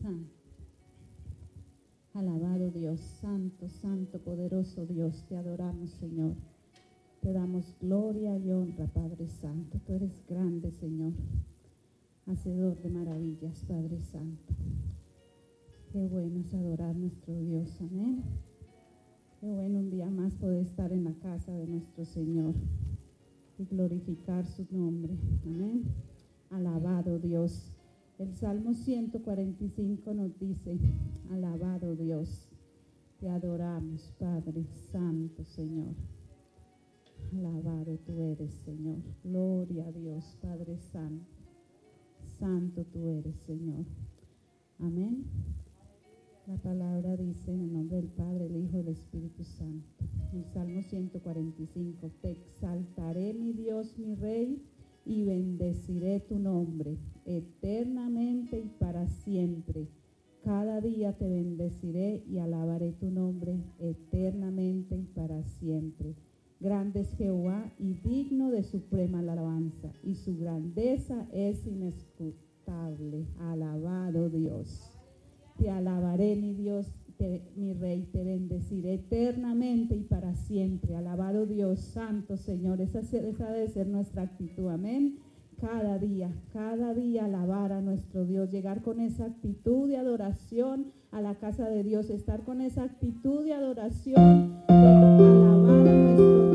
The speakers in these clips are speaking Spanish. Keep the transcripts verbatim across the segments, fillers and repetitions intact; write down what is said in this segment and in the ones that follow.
Santo. Alabado Dios, santo, santo, poderoso Dios, te adoramos, Señor. Te damos gloria y honra, Padre Santo. Tú eres grande, Señor, hacedor de maravillas, Padre Santo. Qué bueno es adorar a nuestro Dios, amén. Qué bueno un día más poder estar en la casa de nuestro Señor y glorificar su nombre, amén. Alabado Dios. El Salmo ciento cuarenta y cinco nos dice, alabado Dios, te adoramos, Padre Santo, Señor. Alabado tú eres, Señor. Gloria a Dios, Padre Santo. Santo tú eres, Señor. Amén. La palabra dice en el nombre del Padre, el Hijo y el Espíritu Santo. El Salmo ciento cuarenta y cinco. Te exaltaré, mi Dios, mi Rey, y bendeciré tu nombre eternamente y para siempre. Cada día te bendeciré y alabaré tu nombre eternamente y para siempre. Grande es Jehová y digno de suprema alabanza, y su grandeza es inescrutable. Alabado Dios. Te alabaré, mi Dios, te, mi Rey, te bendeciré eternamente y para siempre. Alabado Dios, santo Señor. Esa, esa debe ser nuestra actitud, amén. Cada día, cada día alabar a nuestro Dios, llegar con esa actitud de adoración a la casa de Dios, estar con esa actitud de adoración, de alabar a nuestro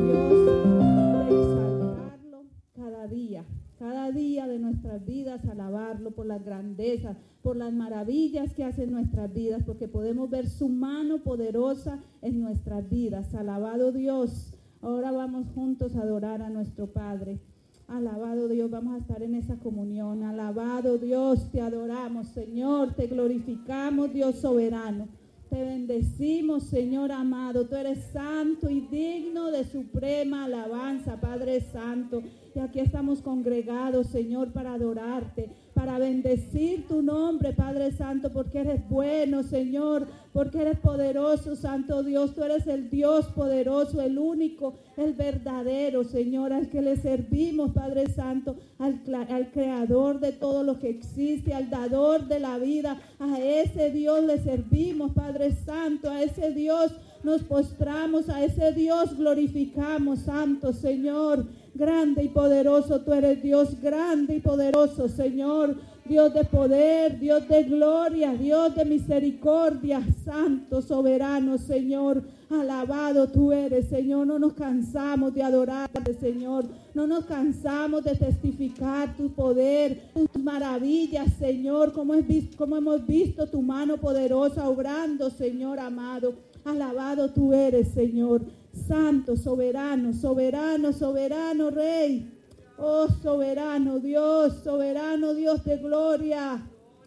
Dios, de exaltarlo cada día. Cada día de nuestras vidas, alabarlo por las grandezas, por las maravillas que hace en nuestras vidas, porque podemos ver su mano poderosa en nuestras vidas. Alabado Dios. Ahora vamos juntos a adorar a nuestro Padre. Alabado Dios, vamos a estar en esa comunión. Alabado Dios, te adoramos, Señor, te glorificamos, Dios soberano. Te bendecimos, Señor amado. Tú eres santo y digno de suprema alabanza, Padre Santo. Y aquí estamos congregados, Señor, para adorarte, para bendecir tu nombre, Padre Santo, porque eres bueno, Señor, porque eres poderoso, Santo Dios. Tú eres el Dios poderoso, el único, el verdadero, Señor, al que le servimos, Padre Santo, al, al creador de todo lo que existe, al dador de la vida. A ese Dios le servimos, Padre Santo, a ese Dios nos postramos, a ese Dios glorificamos, Santo Señor. Grande y poderoso tú eres, Dios, grande y poderoso, Señor, Dios de poder, Dios de gloria, Dios de misericordia, santo, soberano, Señor. Alabado tú eres, Señor. No nos cansamos de adorarte, Señor. No nos cansamos de testificar tu poder, tus maravillas, Señor, como, es visto, como hemos visto tu mano poderosa obrando, Señor amado. Alabado tú eres, Señor. Santo, soberano, soberano, soberano, Rey. Oh, soberano Dios, soberano Dios de gloria.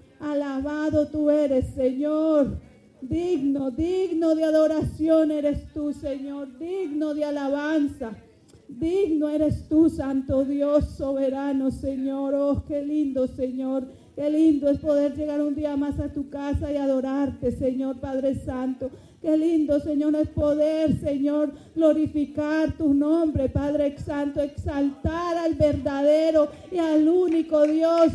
Alabado tú eres, Señor. Digno, digno de adoración eres tú, Señor. Digno de alabanza. Digno eres tú, Santo Dios, soberano, Señor. Oh, qué lindo, Señor. Qué lindo es poder llegar un día más a tu casa y adorarte, Señor Padre Santo. Qué lindo, Señor, es poder, Señor, glorificar tu nombre, Padre Santo, exaltar al verdadero y al único Dios,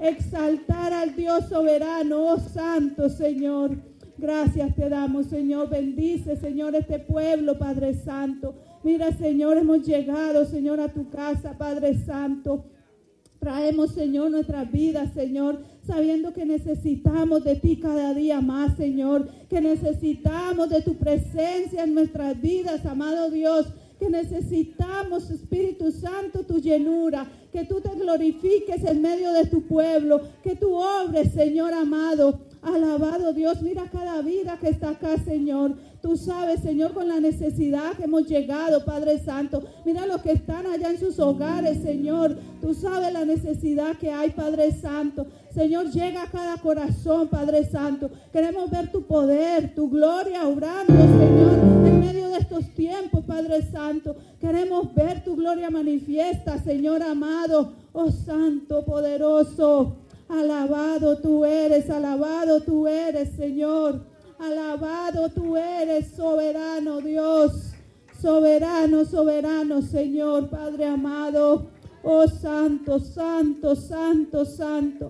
exaltar al Dios soberano, oh Santo, Señor. Gracias te damos, Señor. Bendice, Señor, este pueblo, Padre Santo. Mira, Señor, hemos llegado, Señor, a tu casa, Padre Santo. Traemos, Señor, nuestras vidas, Señor, sabiendo que necesitamos de ti cada día más, Señor, que necesitamos de tu presencia en nuestras vidas, amado Dios, que necesitamos, Espíritu Santo, tu llenura, que tú te glorifiques en medio de tu pueblo, que tú obres, Señor amado. Alabado Dios, mira cada vida que está acá, Señor. Tú sabes, Señor, con la necesidad que hemos llegado, Padre Santo. Mira los que están allá en sus hogares, Señor. Tú sabes la necesidad que hay, Padre Santo. Señor, llega a cada corazón, Padre Santo. Queremos ver tu poder, tu gloria obrando, Señor, en medio de estos tiempos, Padre Santo. Queremos ver tu gloria manifiesta, Señor amado. Oh Santo, poderoso. Alabado tú eres, alabado tú eres, Señor. Alabado tú eres, soberano Dios. Soberano, soberano, Señor, Padre amado. Oh, santo, santo, santo, santo.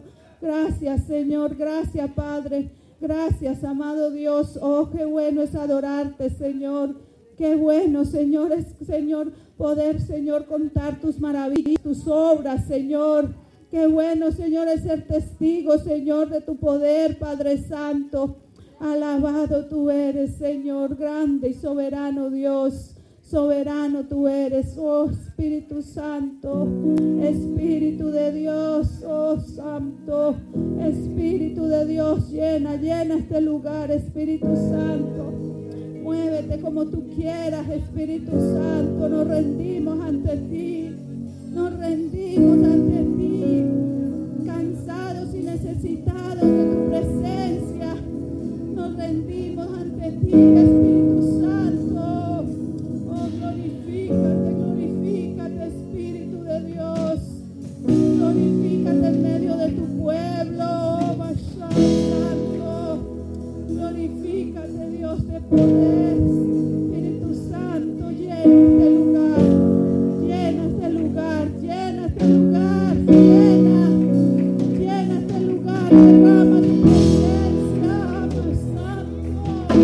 Gracias, Señor. Gracias, Padre. Gracias, amado Dios. Oh, qué bueno es adorarte, Señor. Qué bueno, Señor, es, Señor, poder, Señor, contar tus maravillas, tus obras, Señor. Qué bueno, Señor, es ser testigo, Señor, de tu poder, Padre Santo. Alabado tú eres, Señor, grande y soberano Dios. Soberano tú eres, oh Espíritu Santo, Espíritu de Dios, oh Santo, Espíritu de Dios, llena, llena este lugar, Espíritu Santo. Muévete como tú quieras, Espíritu Santo. Nos rendimos ante ti. Nos rendimos ante ti. Cansados y necesitados de tu presencia. Nos rendimos ante ti, Espíritu Santo. Oh, glorifícate, glorifícate, Espíritu de Dios. Glorifícate en medio de tu pueblo, oh, Santo. Glorifícate, Dios de poder. Espíritu Santo, llena este lugar, llena este lugar, llena este lugar, llena, llena este lugar, derrama tu presencia, Padre Santo.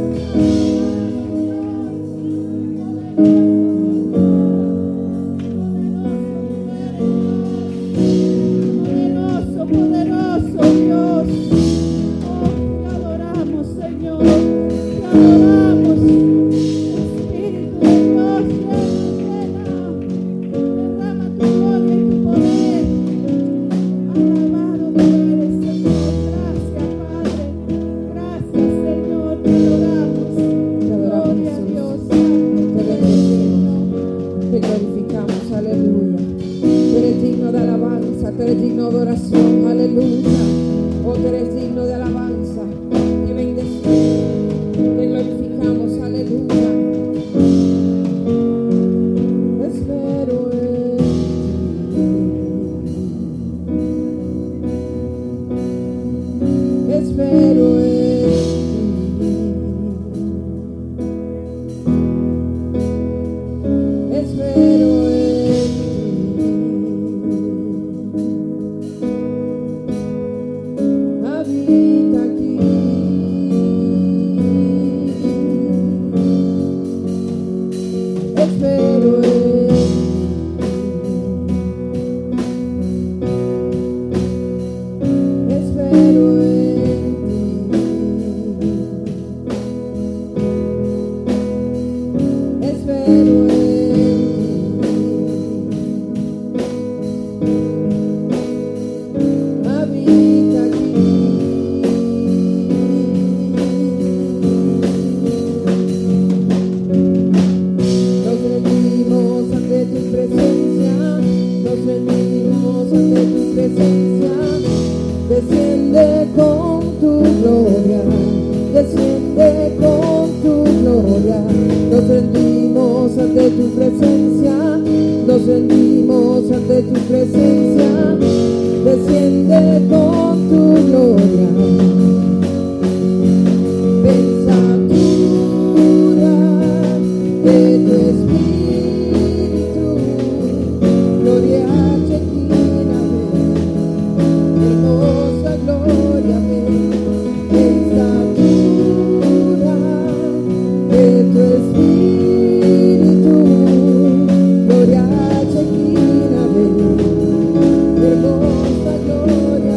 Poderoso, poderoso Dios. Oh, te adoramos, Señor. Te adoramos. Espíritu de Dios, llena, derrama tu gloria y tu poder. Alabado tú eres, Señor. Gracias, Padre. Gracias, Señor. Te adoramos. Te adoramos, Gloria a Dios. Jesús. Te bendecimos, te glorificamos, aleluya. Tú eres digno de alabanza, tú eres digno de oración, aleluya. Oh, tú eres digno de alabanza. Te bendecimos, te glorificamos, aleluya. Espero en ti. Espero en ti. Espero en ti. Habita aquí. Espero en ti. Espero en ti. Espero en ti. Habita aquí. Nos rendimos ante tu presencia, nos rendimos ante tu presencia. Desciende con tu gloria, desciende con tu gloria. Nos rendimos ante tu presencia, nos rendimos ante tu presencia. Desciende con tu gloria. Pensatura de tu espíritu, gloria chequina, hermosa gloria, pensatura de tu espíritu, gloria chequina, hermosa gloria.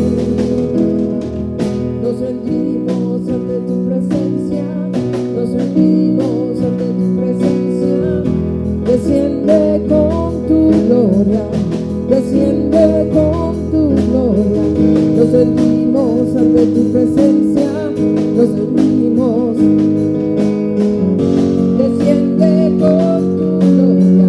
Nos rendimos ante tu presencia, nos rendimos ante tu presencia. Desciende con tu gloria, desciende con tu gloria. Nos rendimos ante tu presencia, nos rendimos. Desciende con tu gloria.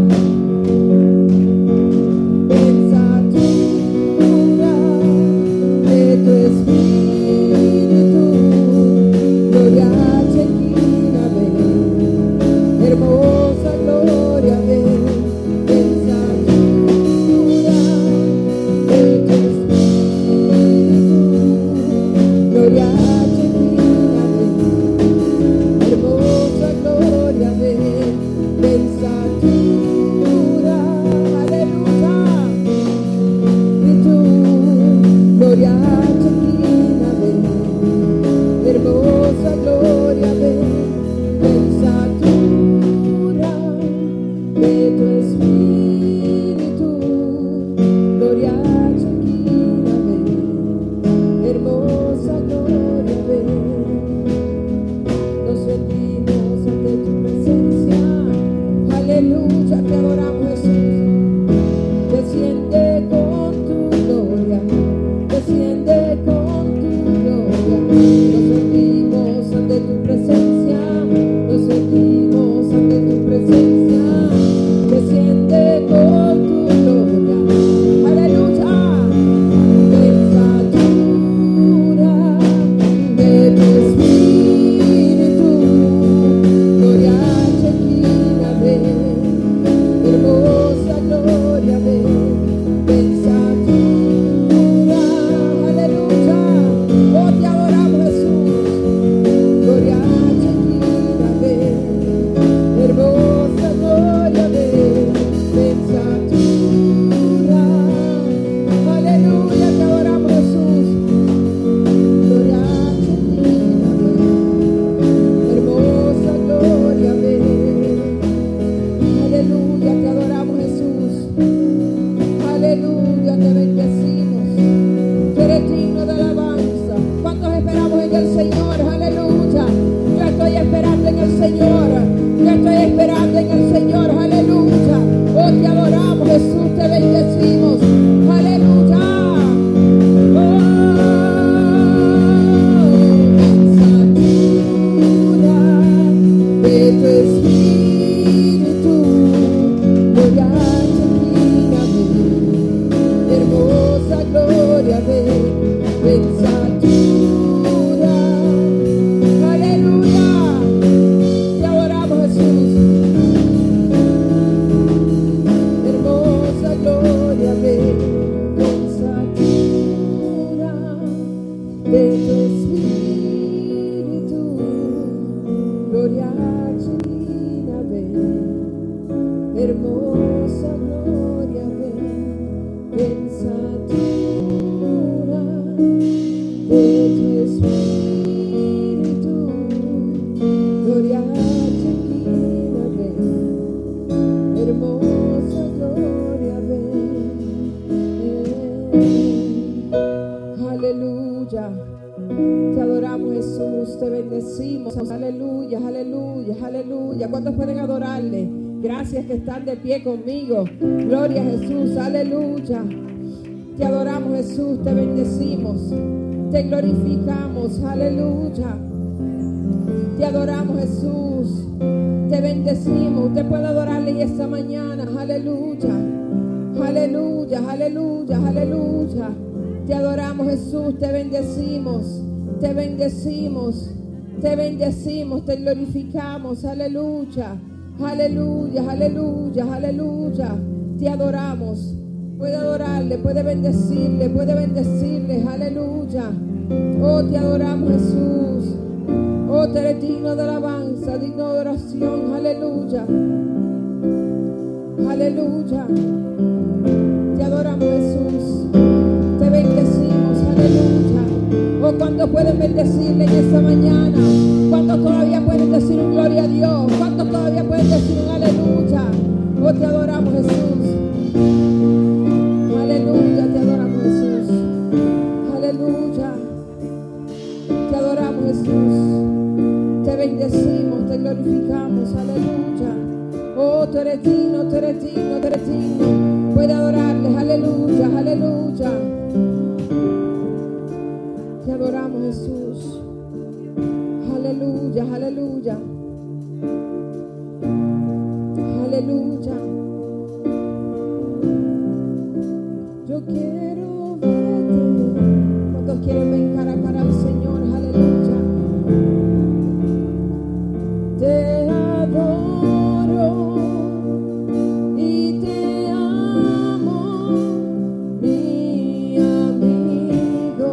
Pensatura de tu espíritu, gloria chequina, ven, hermosa gloria, ven. Pensatura de tu espíritu, gloria chequina, ven, hermosa gloria, ven. Pensatura, aleluya, y tu gloria hermosa gloria ven. Aleluya. Te adoramos, Jesús, te bendecimos. Aleluya, aleluya, aleluya. ¿Cuántos pueden adorarle? Gracias que están de pie conmigo. Gloria a Jesús, aleluya. Te adoramos, Jesús, te bendecimos. Te glorificamos, aleluya. Te adoramos, Jesús. Te bendecimos. Usted puede adorarle en esta mañana, aleluya. Aleluya, aleluya, aleluya. Te adoramos, Jesús, te bendecimos, te bendecimos, te bendecimos, te glorificamos, aleluya, aleluya, aleluya, aleluya. Te adoramos. Puede adorarle, puede bendecirle, puede bendecirle, aleluya. Oh, te adoramos, Jesús. Oh, te eres digno de alabanza, digno de oración, aleluya. Aleluya. Te adoramos, Jesús. Te bendecimos, aleluya. Oh, ¿cuántos pueden bendecirle en esta mañana? ¿Cuántos todavía pueden decir un gloria a Dios? ¿Cuántos todavía pueden decir un aleluya? Oh, te adoramos, Jesús. Aleluya, te adoramos, Jesús. Aleluya. Te adoramos, Jesús. Te bendecimos, te glorificamos, aleluya. Oh, tú eres digno, tú eres digno, tú eres digno. Puede adorarles, aleluya, aleluya. Te adoramos, Jesús. Aleluya, aleluya. Aleluya. Yo quiero verte. ¿Cuántos quieren ver cara a cara al Señor? Aleluya. Te adoro y te amo, mi amigo.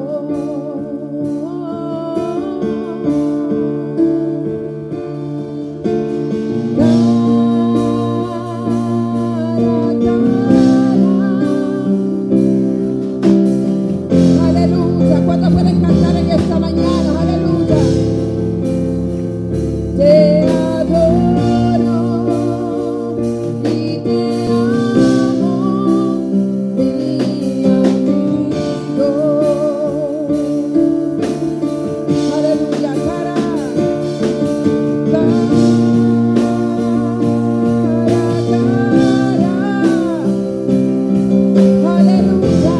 Aleluya. ¿Cuántos pueden cantar en esta mañana? Aleluya. Te adoro y te amo, mi amigo. Aleluya, cara, cara, cara. Aleluya.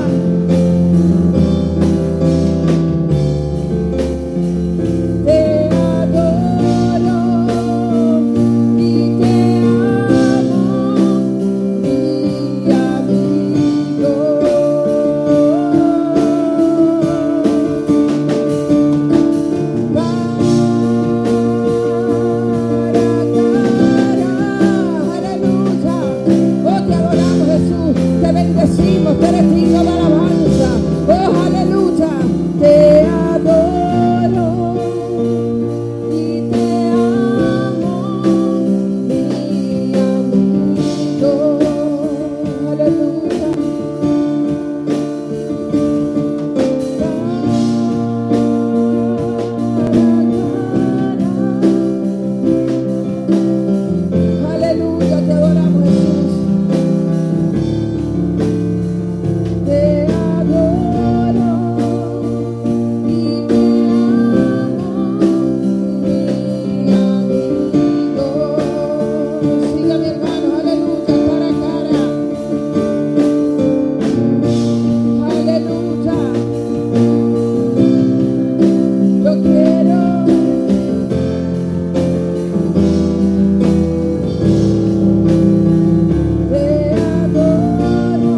Te adoro y te amo, mi amigo. Aleluya. Oh, te adoramos, Jesús. Te bendecimos, te eres digno de alabanza. Oh, aleluya. Te adoro y te amo, mi amigo. Aleluya. Aleluya, te adoramos, Jesús. Te adoro y te amo, mi amigo. Siga, mi hermano, aleluya, cara a cara. Aleluya. Yo quiero. Te adoro,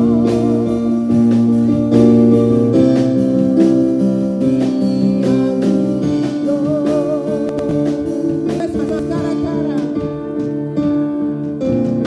mi amigo. Esa más cara a cara.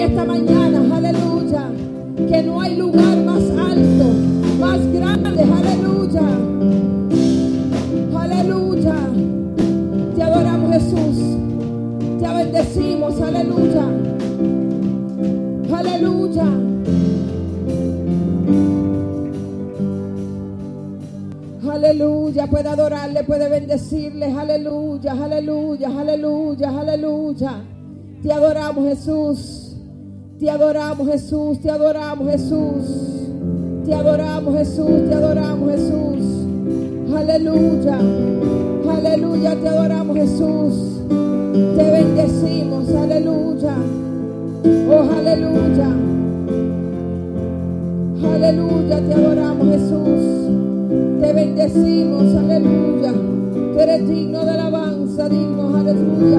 esta mañana, aleluya, que no hay lugar más alto, más grande, aleluya, aleluya. Te adoramos, Jesús, te bendecimos, aleluya, aleluya. Aleluya, puede adorarle, puede bendecirle, aleluya, aleluya, aleluya, aleluya. Te adoramos, Jesús, te adoramos, Jesús, te adoramos, Jesús, te adoramos, Jesús, te adoramos, Jesús, aleluya, aleluya, te adoramos, Jesús, te bendecimos, aleluya, oh, aleluya, aleluya, te adoramos, Jesús. Te bendecimos, aleluya. Tú eres digno de alabanza, digno, aleluya.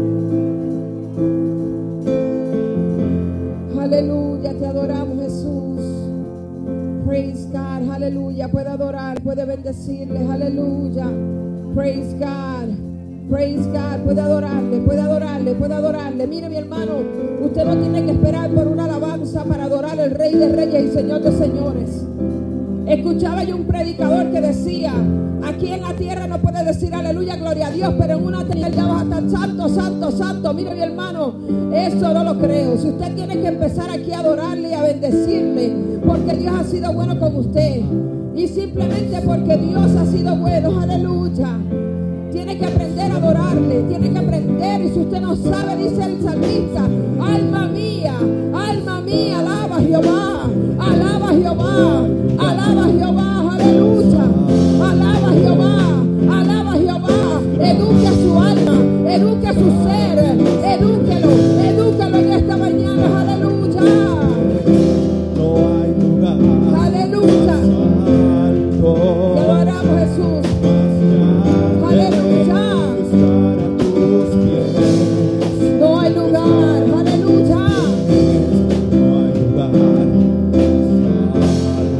Aleluya, te adoramos, Jesús. Praise God, aleluya. Puede adorar, puede bendecirle, aleluya. Praise God, praise God. Puede adorarle, puede adorarle, puede adorarle. Mire, mi hermano, usted no tiene que esperar por una alabanza para adorar al Rey de Reyes y Señor de Señores. Escuchaba yo un predicador que decía: aquí en la tierra no puedes decir aleluya, gloria a Dios, pero en una eternidad ya vas a estar santo, santo, santo. Mire, mi hermano, eso no lo creo. Si usted tiene que empezar aquí a adorarle y a bendecirle, porque Dios ha sido bueno con usted, y simplemente porque Dios ha sido bueno, aleluya, tiene que aprender a adorarle, tiene que aprender. Y si usted no sabe, dice el salmista: alma mía, alma mía, alaba a Jehová, alaba a Jehová, alaba a Jehová, aleluya, alaba a Jehová, alaba a Jehová. Eduque a su alma, eduque a su ser, edúquelo, edúquelo en esta mañana, aleluya. No hay lugar, aleluya. Te adoramos, Jesús. Aleluya. No hay lugar, aleluya. No hay lugar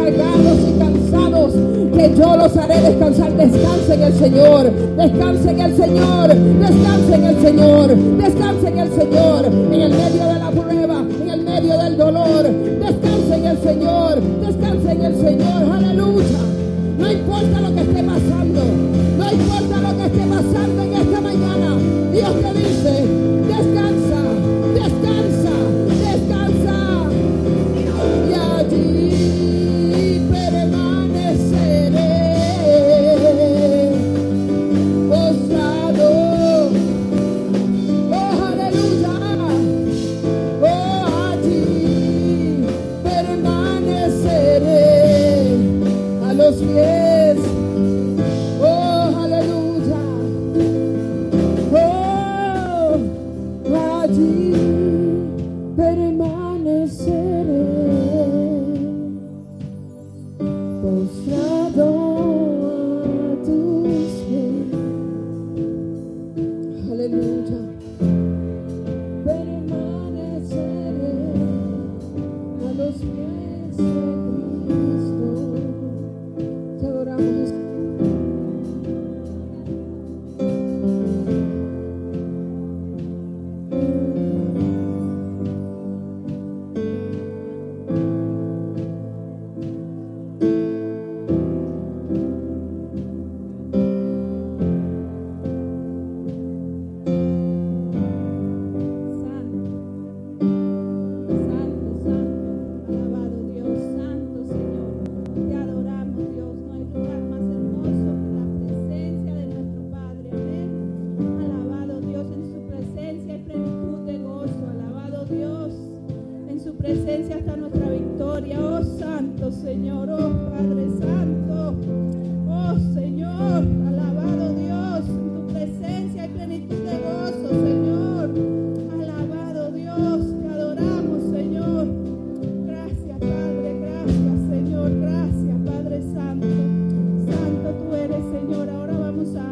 cargados y cansados, que yo los haré descansar. Descanse en el Señor, descanse en el Señor, descanse en el Señor, descanse en el Señor, en el medio de la prueba, en el medio del dolor. Descanse en el Señor, descanse en el Señor. Aleluya. No importa lo que esté pasando, no importa lo que esté pasando en esta mañana, Dios te dice, descansa, descansa, descansa. Y allí permaneceré postrado. Oh, aleluya. Oh, allí permaneceré a los pies. Oh, aleluya. Oh, allí permaneceré postrado a tus pies. Aleluya. Permaneceré a los pies de Cristo. Te adoramos. Presencia está nuestra victoria. Oh Santo Señor, oh Padre Santo, oh Señor, alabado Dios, en tu presencia hay plenitud de gozo, Señor, alabado Dios, te adoramos, Señor. Gracias Padre, gracias Señor, gracias Padre Santo, Santo tú eres, Señor. Ahora vamos a,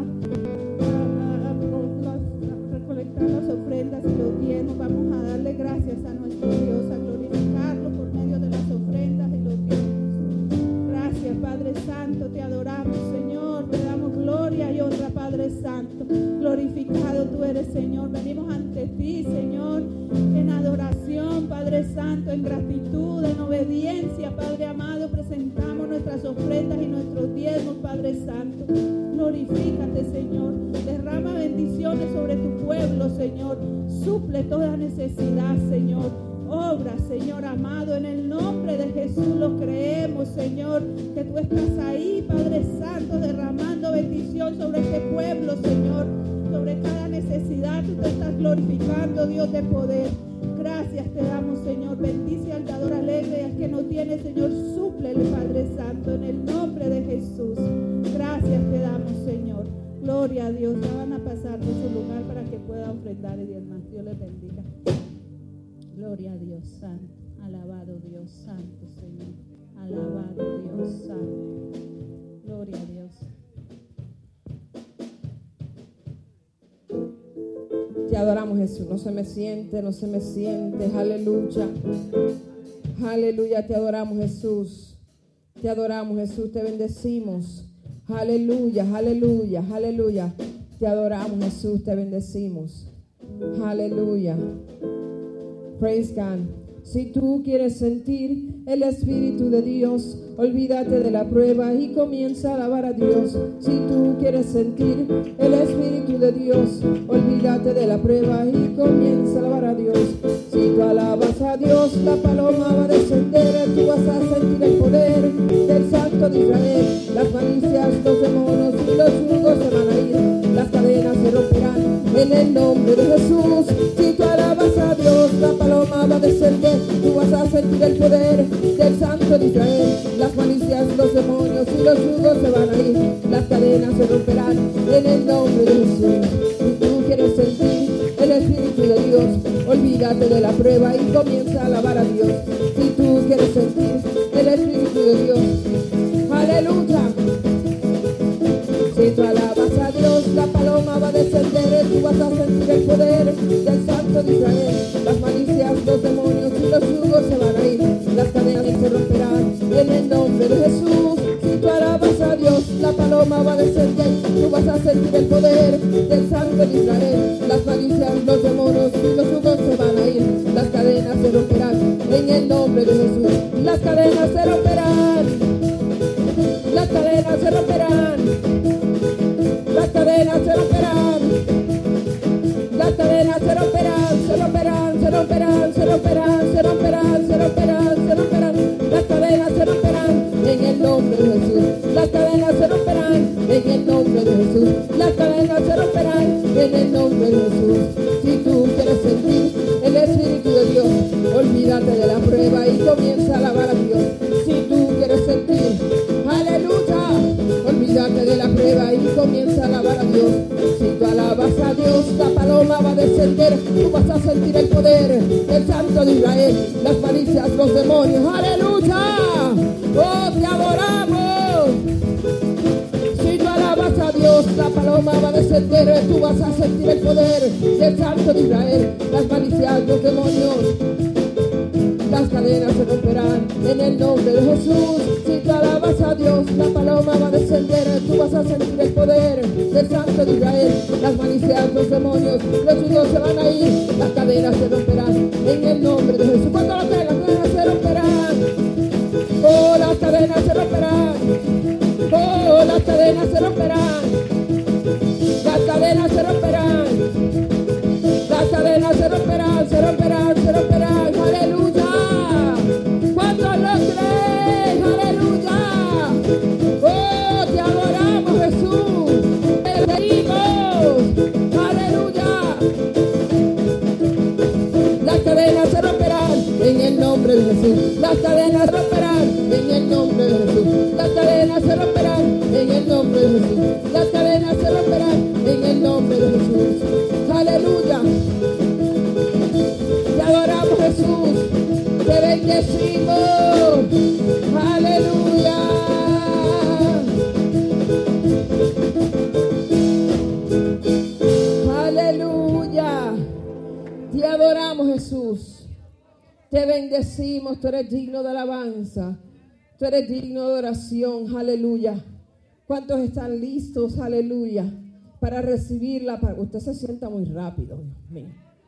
a, a, a recolectar las ofrendas y los diezmos. Vamos a darle gracias a nuestro Dios, a glorificarlo por medio de las ofrendas y los diezmos. Gracias Padre Santo, te adoramos, Señor, te damos gloria y honra, Padre Santo. Glorificado tú eres, Señor. Venimos ante ti, Señor, en adoración, Padre Santo, en gratitud, en obediencia, Padre amado. Presentamos nuestras ofrendas y nuestros diezmos, Padre Santo. Glorifícate, Señor. Derrama bendiciones sobre tu pueblo, Señor. Suple toda necesidad, Señor. Obra, Señor amado, en el nombre de Jesús lo creemos, Señor, que tú estás ahí, Padre Santo, derramando bendición sobre este pueblo, Señor, sobre cada necesidad. Tú te estás glorificando, Dios de poder. Gracias te damos, Señor. Bendice al dador alegre y al que no tiene, Señor, súplele, Padre Santo, en el nombre de Jesús. Gracias te damos, Señor. Gloria a Dios. Ya van a pasar de su lugar para que puedan ofrendar y diezmar. Dios les bendiga. Gloria a Dios santo, alabado Dios santo, Señor, alabado Dios santo, gloria a Dios. Te adoramos, Jesús. No se me siente, no se me siente. Aleluya, aleluya. Te adoramos, Jesús. Te adoramos, Jesús. Te bendecimos. Aleluya, aleluya, aleluya. Te adoramos, Jesús. Te bendecimos. Aleluya. Praise God. Si tú quieres sentir el Espíritu de Dios, olvídate de la prueba y comienza a alabar a Dios. Si tú quieres sentir el Espíritu de Dios, olvídate de la prueba y comienza a alabar a Dios. Si tú alabas a Dios, la paloma va a descender, tú vas a sentir el poder del Santo de Israel. Las malicias, los demonios y los yugos se van a ir, las cadenas se romperán en el nombre de Jesús. Si tú alabas a Dios, la paloma va a descender, tú vas a sentir el poder del Santo de Israel. Las malicias, los demonios y los yugos se van a ir, las cadenas se romperán en el nombre de Jesús. Si tú quieres sentir el Espíritu de Dios, olvídate de la prueba y comienza a alabar a Dios. Si tú quieres sentir el Espíritu de Dios, aleluya. Si tú alabas a Dios, la paloma va a descender, tú vas a sentir el poder del Santo de Israel. Las malicias, los demonios y los yugos se van a ir, las cadenas se romperán en el nombre de Jesús, si tú alabas a Dios, la paloma va a descender. Tú vas a sentir el poder del Santo de Israel. Las malicias, los demonios y los yugos se van a ir. Las cadenas se romperán en el nombre de Jesús. Las cadenas se romperán. Las cadenas se romperán. Las cadenas se romperán. Las cadenas se romperán, se romperán, se romperán, se romperán, se romperán, se romperán, se romperán. Las cadenas se romperán en el nombre de Jesús. Las cadenas se romperán en el nombre de Jesús. Las cadenas se romperán en el nombre de Jesús. Si tú quieres sentir el Espíritu de Dios, olvídate de la prueba y comienza a alabar a Dios. Si tú quieres sentir, aleluya, olvídate de la prueba y comienza a alabar a Dios. Si tú alabas a Dios, la paloma va a descender. Tú vas a sentir el poder del Santo de Israel. Las malicias, los demonios, aleluya. Oh, te adoramos. Si tú alabas a Dios, la paloma va a descender. Tú vas a sentir el poder del Santo de Israel. Las malicias, los demonios, las cadenas se romperán en el nombre de Jesús. Si tú alabas a Dios, la paloma va a descender. Tú vas a sentir el poder del Santo de Israel. Las malicias, los demonios, los judíos se van a ir. Las cadenas se romperán en el nombre de Jesús. Cuando lo creas, las cadenas se romperán. Oh, las cadenas se romperán. Oh, las cadenas se romperán. Las cadenas se romperán. Las cadenas se romperán, se romperán, se romperán. Aleluya. Cuando lo crees, aleluya. Oh, te adoramos, Jesús. Te pedimos, aleluya. Las cadenas se romperán en el nombre de Jesús. Las cadenas se romperán en el nombre de Jesús. Las cadenas se romperán en el nombre de Jesús. Las cadenas se romperán en el nombre de Jesús. Aleluya. Te adoramos, Jesús. Te bendecimos. Aleluya. Aleluya. Te adoramos, Jesús. Te bendecimos. Tú eres digno de alabanza. Tú eres digno de oración. Aleluya. ¿Cuántos están listos? Aleluya. Para recibir la palabra. Usted se sienta muy rápido, Dios mío.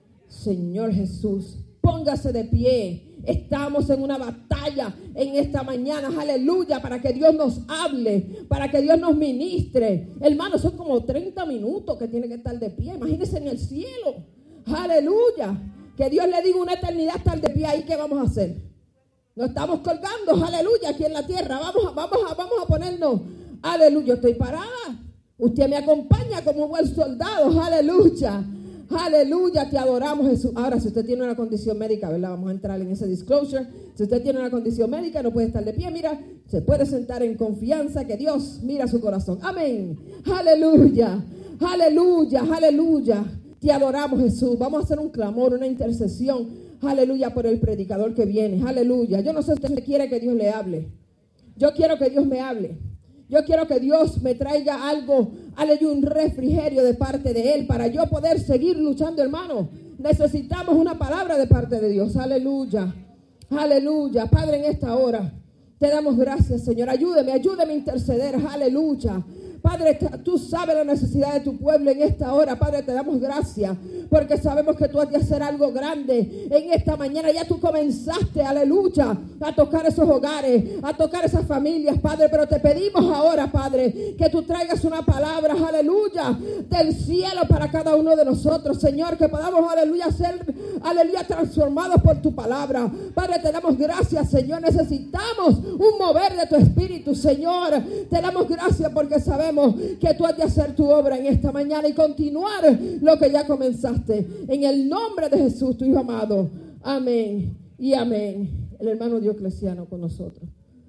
Señor Jesús, póngase de pie. Estamos en una batalla en esta mañana, aleluya, para que Dios nos hable, para que Dios nos ministre. Hermanos, son como treinta minutos que tiene que estar de pie. Imagínense en el cielo, aleluya. Que Dios le diga una eternidad estar de pie ahí. ¿Qué vamos a hacer? Nos estamos colgando, aleluya, aquí en la tierra. Vamos a, vamos a, vamos a ponernos, aleluya, yo estoy parada. Usted me acompaña como un buen soldado, aleluya. Aleluya, te adoramos, Jesús. Ahora, si usted tiene una condición médica, ¿verdad? Vamos a entrar en ese disclosure. Si usted tiene una condición médica, no puede estar de pie, mira, se puede sentar en confianza que Dios mira su corazón. Amén. Aleluya, aleluya, aleluya. Te adoramos, Jesús. Vamos a hacer un clamor, una intercesión. Aleluya, por el predicador que viene. Aleluya. Yo no sé si usted quiere que Dios le hable. Yo quiero que Dios me hable. Yo quiero que Dios me traiga algo, aleluya, un refrigerio de parte de Él para yo poder seguir luchando, hermano. Necesitamos una palabra de parte de Dios, aleluya, aleluya. Padre, en esta hora te damos gracias, Señor. Ayúdeme, ayúdeme a interceder, aleluya. Padre, tú sabes la necesidad de tu pueblo en esta hora. Padre, te damos gracias porque sabemos que tú has de hacer algo grande en esta mañana. Ya tú comenzaste, aleluya, a tocar esos hogares, a tocar esas familias, Padre. Pero te pedimos ahora, Padre, que tú traigas una palabra, aleluya, del cielo para cada uno de nosotros, Señor. Que podamos, aleluya, ser, aleluya, transformados por tu palabra. Padre, te damos gracias, Señor. Necesitamos un mover de tu espíritu, Señor. Te damos gracias porque sabemos que tú has de hacer tu obra en esta mañana y continuar lo que ya comenzaste. En el nombre de Jesús, tu Hijo amado. Amén y amén. El hermano Diocleciano con nosotros.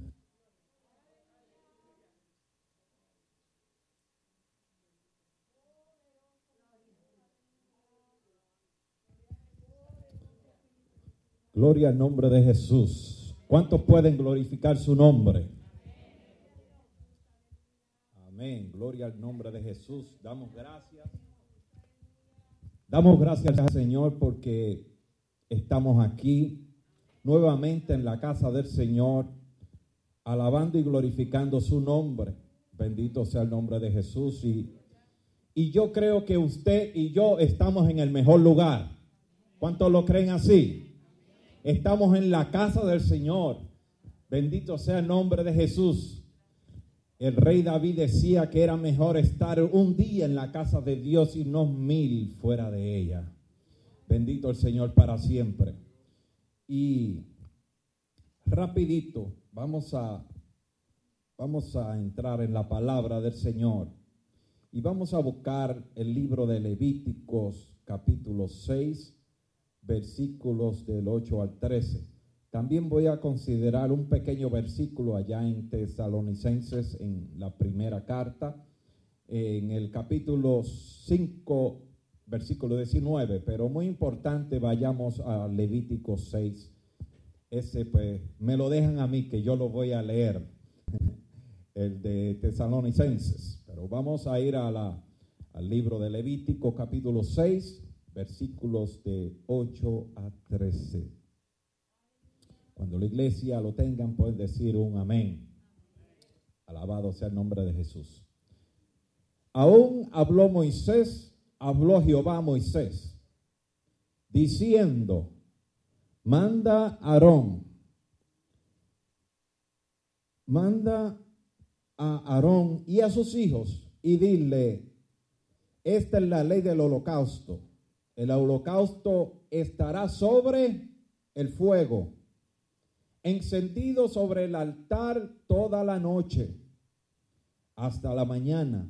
Gloria al nombre de Jesús. ¿Cuántos pueden glorificar su nombre? Amén. Gloria al nombre de Jesús. Damos gracias. Damos gracias al Señor porque estamos aquí nuevamente en la casa del Señor. alabando y glorificando su nombre. Bendito sea el nombre de Jesús. Y, y yo creo que usted y yo estamos en el mejor lugar. ¿Cuántos lo creen así? Estamos en la casa del Señor. Bendito sea el nombre de Jesús. El rey David decía que era mejor estar un día en la casa de Dios y no mil fuera de ella. Bendito el Señor para siempre. Y rapidito, vamos a, vamos a entrar en la palabra del Señor. Y vamos a buscar el libro de Levíticos, capítulo seis, versículos del ocho al trece. También voy a considerar un pequeño versículo allá en Tesalonicenses, en la primera carta, en el capítulo cinco, versículo diecinueve, pero muy importante, vayamos a Levítico seis. Ese pues me lo dejan a mí, que yo lo voy a leer, el de Tesalonicenses, pero vamos a ir a la, al libro de Levítico, capítulo seis, versículos de ocho a trece. Cuando la iglesia lo tengan, pueden decir un amén. Alabado sea el nombre de Jesús. Aún habló Moisés, habló Jehová a Moisés, diciendo, manda a Aarón, manda a Aarón y a sus hijos, y dile, esta es la ley del holocausto. El holocausto estará sobre el fuego, encendido sobre el altar toda la noche, hasta la mañana.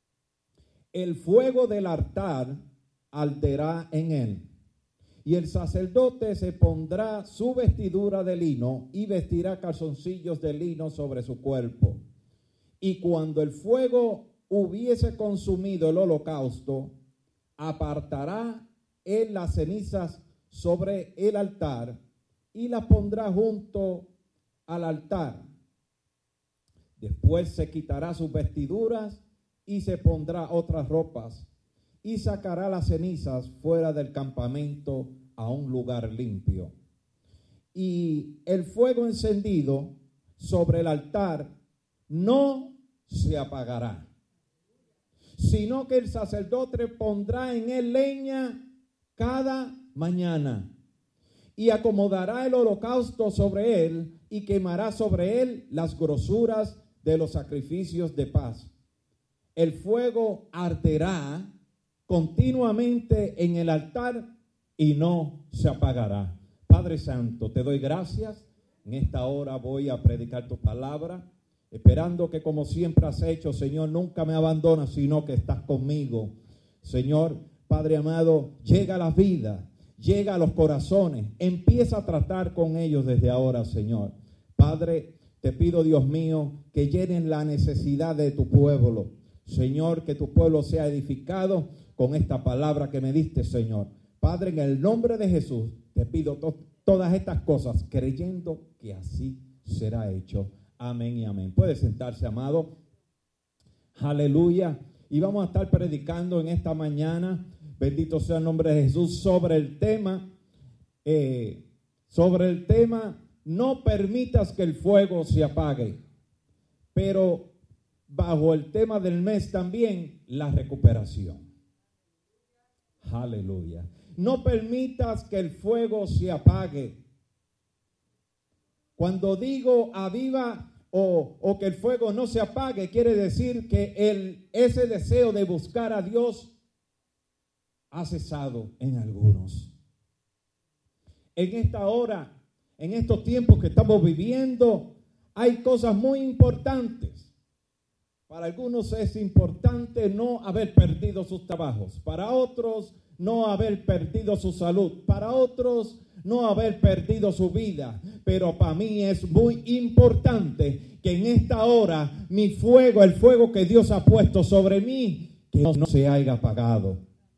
El fuego del altar arderá en él, y el sacerdote se pondrá su vestidura de lino y vestirá calzoncillos de lino sobre su cuerpo. Y cuando el fuego hubiese consumido el holocausto, apartará él las cenizas sobre el altar y las pondrá junto al altar. Después se quitará sus vestiduras y se pondrá otras ropas y sacará las cenizas fuera del campamento a un lugar limpio. Y el fuego encendido sobre el altar no se apagará, sino que el sacerdote pondrá en él leña cada mañana y acomodará el holocausto sobre él y quemará sobre él las grosuras de los sacrificios de paz. El fuego arderá continuamente en el altar y no se apagará. Padre Santo, te doy gracias. En esta hora voy a predicar tu palabra, esperando que como siempre has hecho, Señor, nunca me abandonas, sino que estás conmigo. Señor, Padre amado, llega a la vida, llega a los corazones, empieza a tratar con ellos desde ahora, Señor. Padre, te pido, Dios mío, que llenen la necesidad de tu pueblo. Señor, que tu pueblo sea edificado con esta palabra que me diste, Señor. Padre, en el nombre de Jesús, te pido to- todas estas cosas, creyendo que así será hecho. Amén y amén. Puede sentarse, amado. Aleluya. Y vamos a estar predicando en esta mañana, bendito sea el nombre de Jesús, sobre el tema, eh, sobre el tema, no permitas que el fuego se apague. Pero bajo el tema del mes también, la recuperación. Aleluya. No permitas que el fuego se apague. Cuando digo aviva o, o que el fuego no se apague, quiere decir que el, ese deseo de buscar a Dios ha cesado en algunos. En esta hora, en estos tiempos que estamos viviendo, hay cosas muy importantes. Para algunos es importante no haber perdido sus trabajos. Para otros, no haber perdido su salud. Para otros, no haber perdido su vida. Pero para mí es muy importante que en esta hora mi fuego, el fuego que Dios ha puesto sobre mí, que no se haya apagado.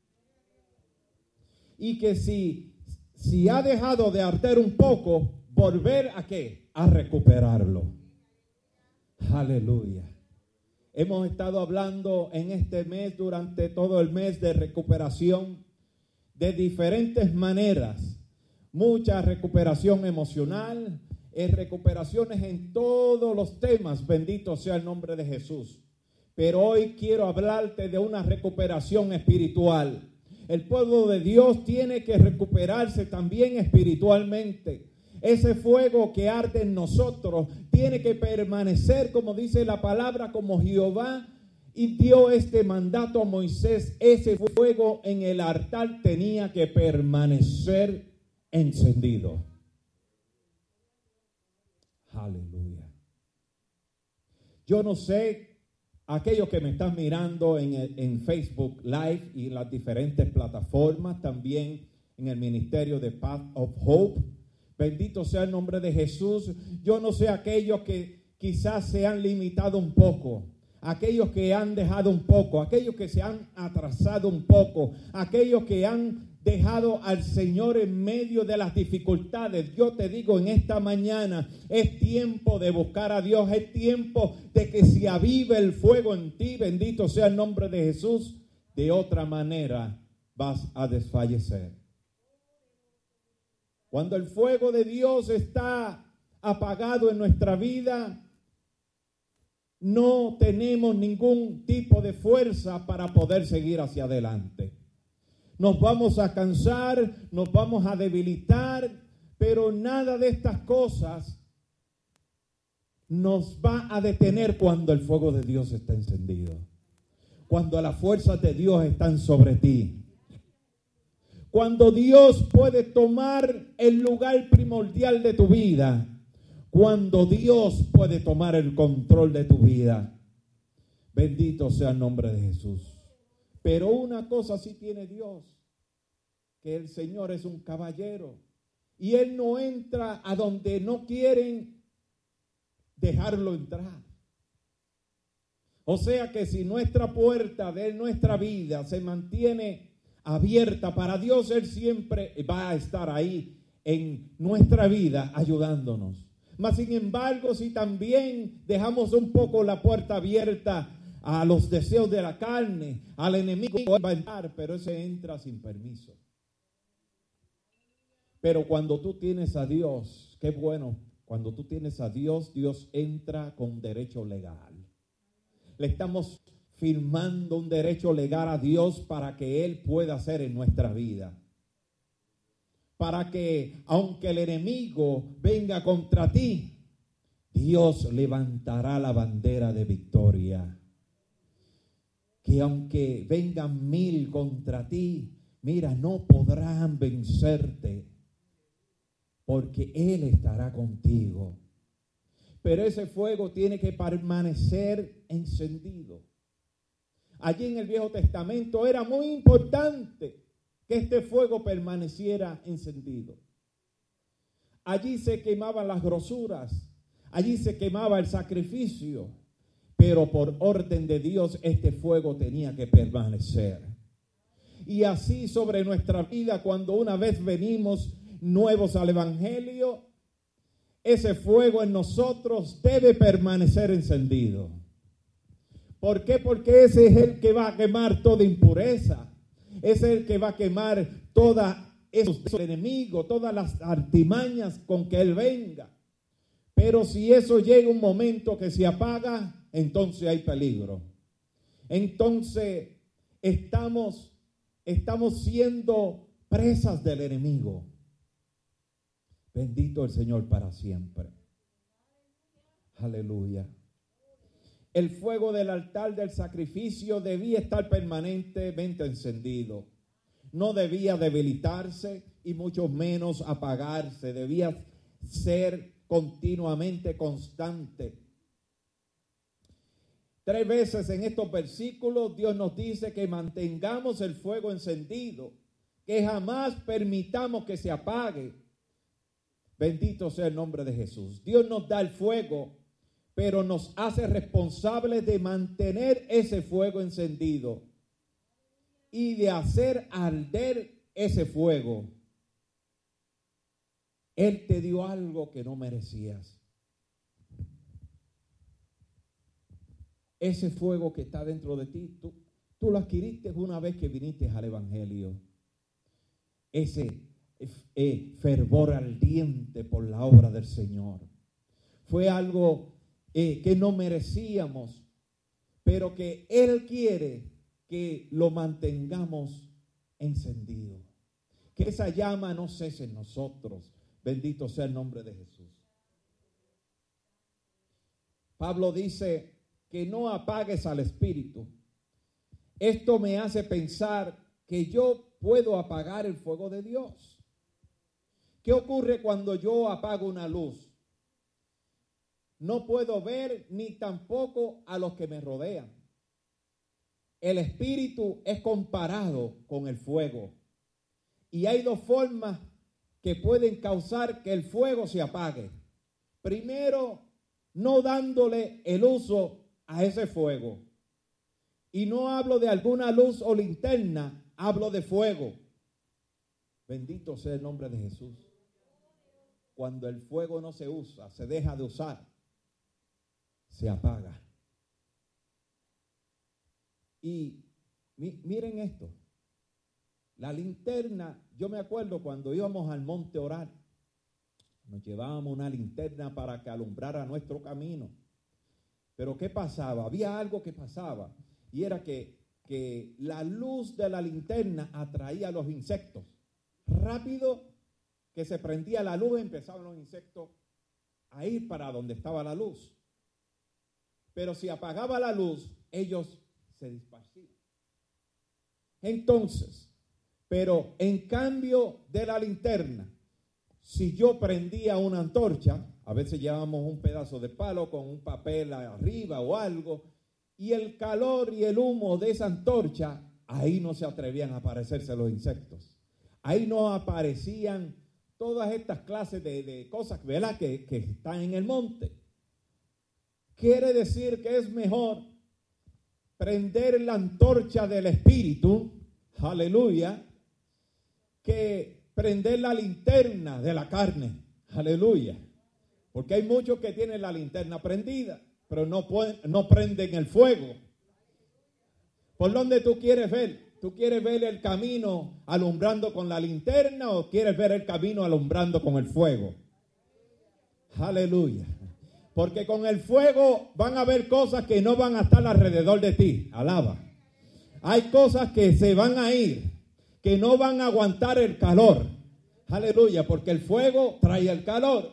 Y que si, si ha dejado de arder un poco, volver a qué? A recuperarlo. Aleluya. Hemos estado hablando en este mes, durante todo el mes, de recuperación de diferentes maneras. Mucha recuperación emocional, en recuperaciones en todos los temas, bendito sea el nombre de Jesús. Pero hoy quiero hablarte de una recuperación espiritual. El pueblo de Dios tiene que recuperarse también espiritualmente. Ese fuego que arde en nosotros tiene que permanecer, como dice la palabra, como Jehová y dio este mandato a Moisés. Ese fuego en el altar tenía que permanecer encendido. Aleluya. Yo no sé, aquellos que me están mirando en, el, en Facebook Live y las diferentes plataformas, también en el ministerio de Path of Hope, bendito sea el nombre de Jesús. Yo no sé aquellos que quizás se han limitado un poco, aquellos que han dejado un poco, aquellos que se han atrasado un poco, aquellos que han dejado al Señor en medio de las dificultades. Yo te digo en esta mañana, es tiempo de buscar a Dios, es tiempo de que se avive el fuego en ti, bendito sea el nombre de Jesús. De otra manera vas a desfallecer. Cuando el fuego de Dios está apagado en nuestra vida, no tenemos ningún tipo de fuerza para poder seguir hacia adelante. Nos vamos a cansar, nos vamos a debilitar, pero nada de estas cosas nos va a detener cuando el fuego de Dios está encendido. Cuando las fuerzas de Dios están sobre ti. Cuando Dios puede tomar el lugar primordial de tu vida. Cuando Dios puede tomar el control de tu vida. Bendito sea el nombre de Jesús. Pero una cosa sí tiene Dios, que el Señor es un caballero y Él no entra a donde no quieren dejarlo entrar. O sea que si nuestra puerta de nuestra vida se mantiene abierta para Dios, Él siempre va a estar ahí en nuestra vida ayudándonos. Mas sin embargo, si también dejamos un poco la puerta abierta a los deseos de la carne, al enemigo va a entrar, pero ese entra sin permiso. Pero cuando tú tienes a Dios, qué bueno, cuando tú tienes a Dios, Dios entra con derecho legal. Le estamos firmando un derecho legal a Dios para que Él pueda hacer en nuestra vida. Para que, aunque el enemigo venga contra ti, Dios levantará la bandera de victoria. Que aunque vengan mil contra ti, mira, no podrán vencerte, porque Él estará contigo. Pero ese fuego tiene que permanecer encendido. Allí en el Viejo Testamento era muy importante que este fuego permaneciera encendido. Allí se quemaban las grosuras, allí se quemaba el sacrificio. Pero por orden de Dios este fuego tenía que permanecer. Y así sobre nuestra vida, cuando una vez venimos nuevos al Evangelio, ese fuego en nosotros debe permanecer encendido. ¿Por qué? Porque ese es el que va a quemar toda impureza. Ese es el que va a quemar toda esos enemigos, todas las artimañas con que Él venga. Pero si eso llega un momento que se apaga, entonces hay peligro. Entonces estamos, estamos siendo presas del enemigo. Bendito el Señor para siempre. Aleluya. El fuego del altar del sacrificio debía estar permanentemente encendido. No debía debilitarse y mucho menos apagarse. Debía ser continuamente constante. Tres veces en estos versículos Dios nos dice que mantengamos el fuego encendido, que jamás permitamos que se apague. Bendito sea el nombre de Jesús. Dios nos da el fuego, pero nos hace responsables de mantener ese fuego encendido y de hacer arder ese fuego. Él te dio algo que no merecías. Ese fuego que está dentro de ti, tú, tú lo adquiriste una vez que viniste al Evangelio. Ese eh, fervor ardiente por la obra del Señor. Fue algo eh, que no merecíamos, pero que Él quiere que lo mantengamos encendido. Que esa llama no cese en nosotros. Bendito sea el nombre de Jesús. Pablo dice que no apagues al Espíritu. Esto me hace pensar que yo puedo apagar el fuego de Dios. ¿Qué ocurre cuando yo apago una luz? No puedo ver ni tampoco a los que me rodean. El Espíritu es comparado con el fuego. Y hay dos formas que pueden causar que el fuego se apague. Primero, no dándole el uso a ese fuego. Y no hablo de alguna luz o linterna, hablo de fuego. Bendito sea el nombre de Jesús. Cuando el fuego no se usa, se deja de usar, se apaga. Y mi, miren esto. La linterna, yo me acuerdo cuando íbamos al monte a orar, nos llevábamos una linterna para que alumbrara nuestro camino. Pero ¿qué pasaba? Había algo que pasaba, y era que, que la luz de la linterna atraía a los insectos. Rápido que se prendía la luz, empezaban los insectos a ir para donde estaba la luz. Pero si apagaba la luz, ellos se disparcían. Entonces, pero en cambio de la linterna, si yo prendía una antorcha, a veces llevábamos un pedazo de palo con un papel arriba o algo, y el calor y el humo de esa antorcha, ahí no se atrevían a aparecerse los insectos. Ahí no aparecían todas estas clases de, de cosas, ¿verdad?, que, que están en el monte. Quiere decir que es mejor prender la antorcha del Espíritu, aleluya, que prender la linterna de la carne, aleluya. Porque hay muchos que tienen la linterna prendida, pero no, pueden, no prenden el fuego. ¿Por dónde tú quieres ver? ¿Tú quieres ver el camino alumbrando con la linterna o quieres ver el camino alumbrando con el fuego? Aleluya. Porque con el fuego van a haber cosas que no van a estar alrededor de ti. Alaba. Hay cosas que se van a ir, que no van a aguantar el calor. Aleluya, porque el fuego trae el calor.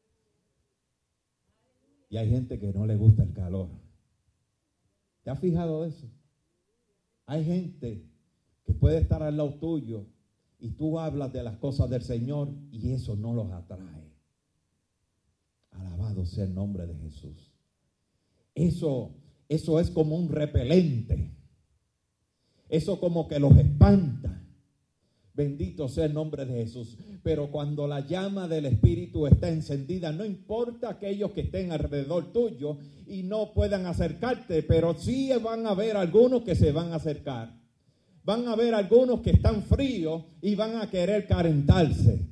Y hay gente que no le gusta el calor. ¿Te has fijado eso? Hay gente que puede estar al lado tuyo y tú hablas de las cosas del Señor y eso no los atrae. Alabado sea el nombre de Jesús. Eso, eso es como un repelente. Eso como que los espanta. Bendito sea el nombre de Jesús. Pero cuando la llama del Espíritu está encendida, no importa aquellos que estén alrededor tuyo y no puedan acercarte, pero sí van a haber algunos que se van a acercar. Van a haber algunos que están fríos y van a querer calentarse.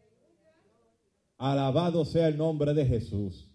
Alabado sea el nombre de Jesús.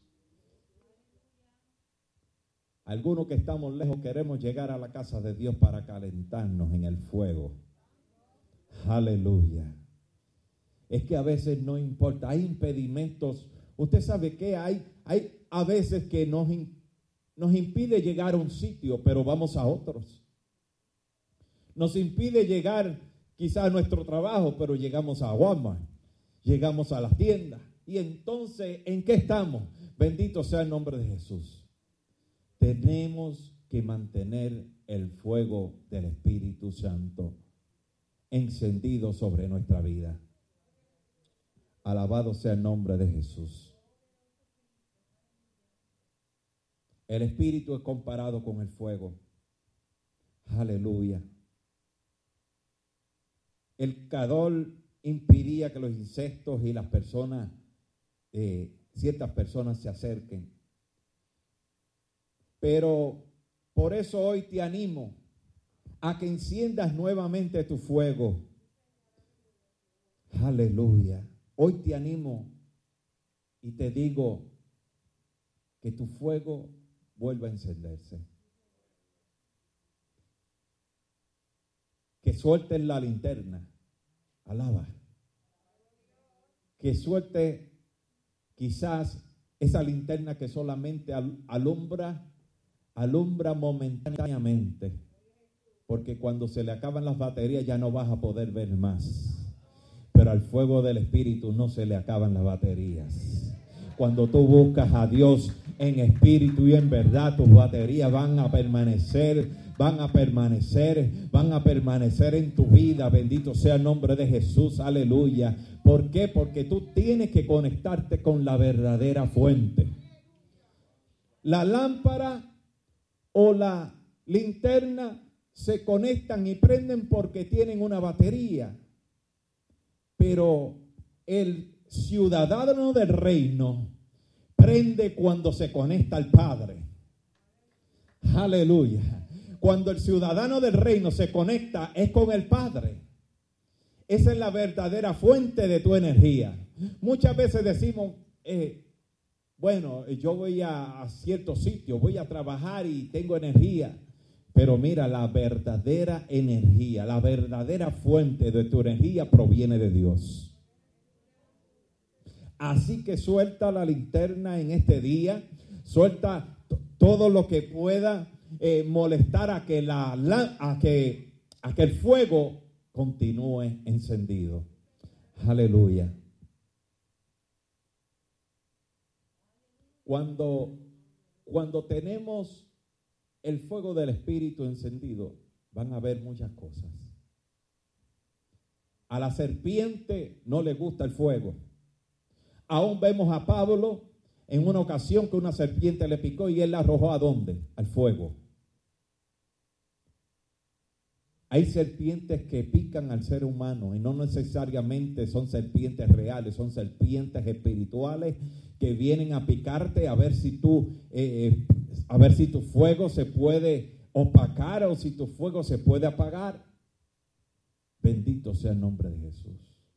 Algunos que estamos lejos queremos llegar a la casa de Dios para calentarnos en el fuego. Aleluya. Es que a veces no importa, hay impedimentos. Usted sabe que hay, hay a veces que nos, nos impide llegar a un sitio, pero vamos a otros. Nos impide llegar quizás a nuestro trabajo, pero llegamos a Walmart, llegamos a las tiendas. Y entonces, ¿en qué estamos? Bendito sea el nombre de Jesús. Tenemos que mantener el fuego del Espíritu Santo encendido sobre nuestra vida. Alabado sea el nombre de Jesús. El Espíritu es comparado con el fuego. Aleluya. El calor impidía que los insectos y las personas, eh, ciertas personas se acerquen. Pero por eso hoy te animo a que enciendas nuevamente tu fuego. Aleluya. Hoy te animo y te digo que tu fuego vuelva a encenderse. Que sueltes la linterna. Alaba. que suelte quizás esa linterna que solamente alumbra, alumbra momentáneamente, porque cuando se le acaban las baterías ya no vas a poder ver más. Pero al fuego del Espíritu no se le acaban las baterías. Cuando tú buscas a Dios en espíritu y en verdad, tus baterías van a permanecer, van a permanecer, van a permanecer en tu vida. Bendito sea el nombre de Jesús, aleluya. ¿Por qué? Porque tú tienes que conectarte con la verdadera fuente. La lámpara o la linterna se conectan y prenden porque tienen una batería. Pero el ciudadano del reino prende cuando se conecta al Padre. Aleluya. Cuando el ciudadano del reino se conecta es con el Padre. Esa es la verdadera fuente de tu energía. Muchas veces decimos, eh, bueno, yo voy a, a cierto sitio, voy a trabajar y tengo energía. Pero mira, la verdadera energía, la verdadera fuente de tu energía proviene de Dios. Así que suelta la linterna en este día, suelta t- todo lo que pueda eh, molestar a que, la, la, a, que, a que el fuego continúe encendido. Aleluya. Cuando, cuando tenemos el fuego del Espíritu encendido, van a haber muchas cosas. A la serpiente no le gusta el fuego. Aún vemos a Pablo en una ocasión que una serpiente le picó y él la arrojó ¿a dónde? Al fuego. Hay serpientes que pican al ser humano y no necesariamente son serpientes reales, son serpientes espirituales que vienen a picarte a ver si tú, eh, a ver si tu fuego se puede opacar o si tu fuego se puede apagar. Bendito sea el nombre de Jesús.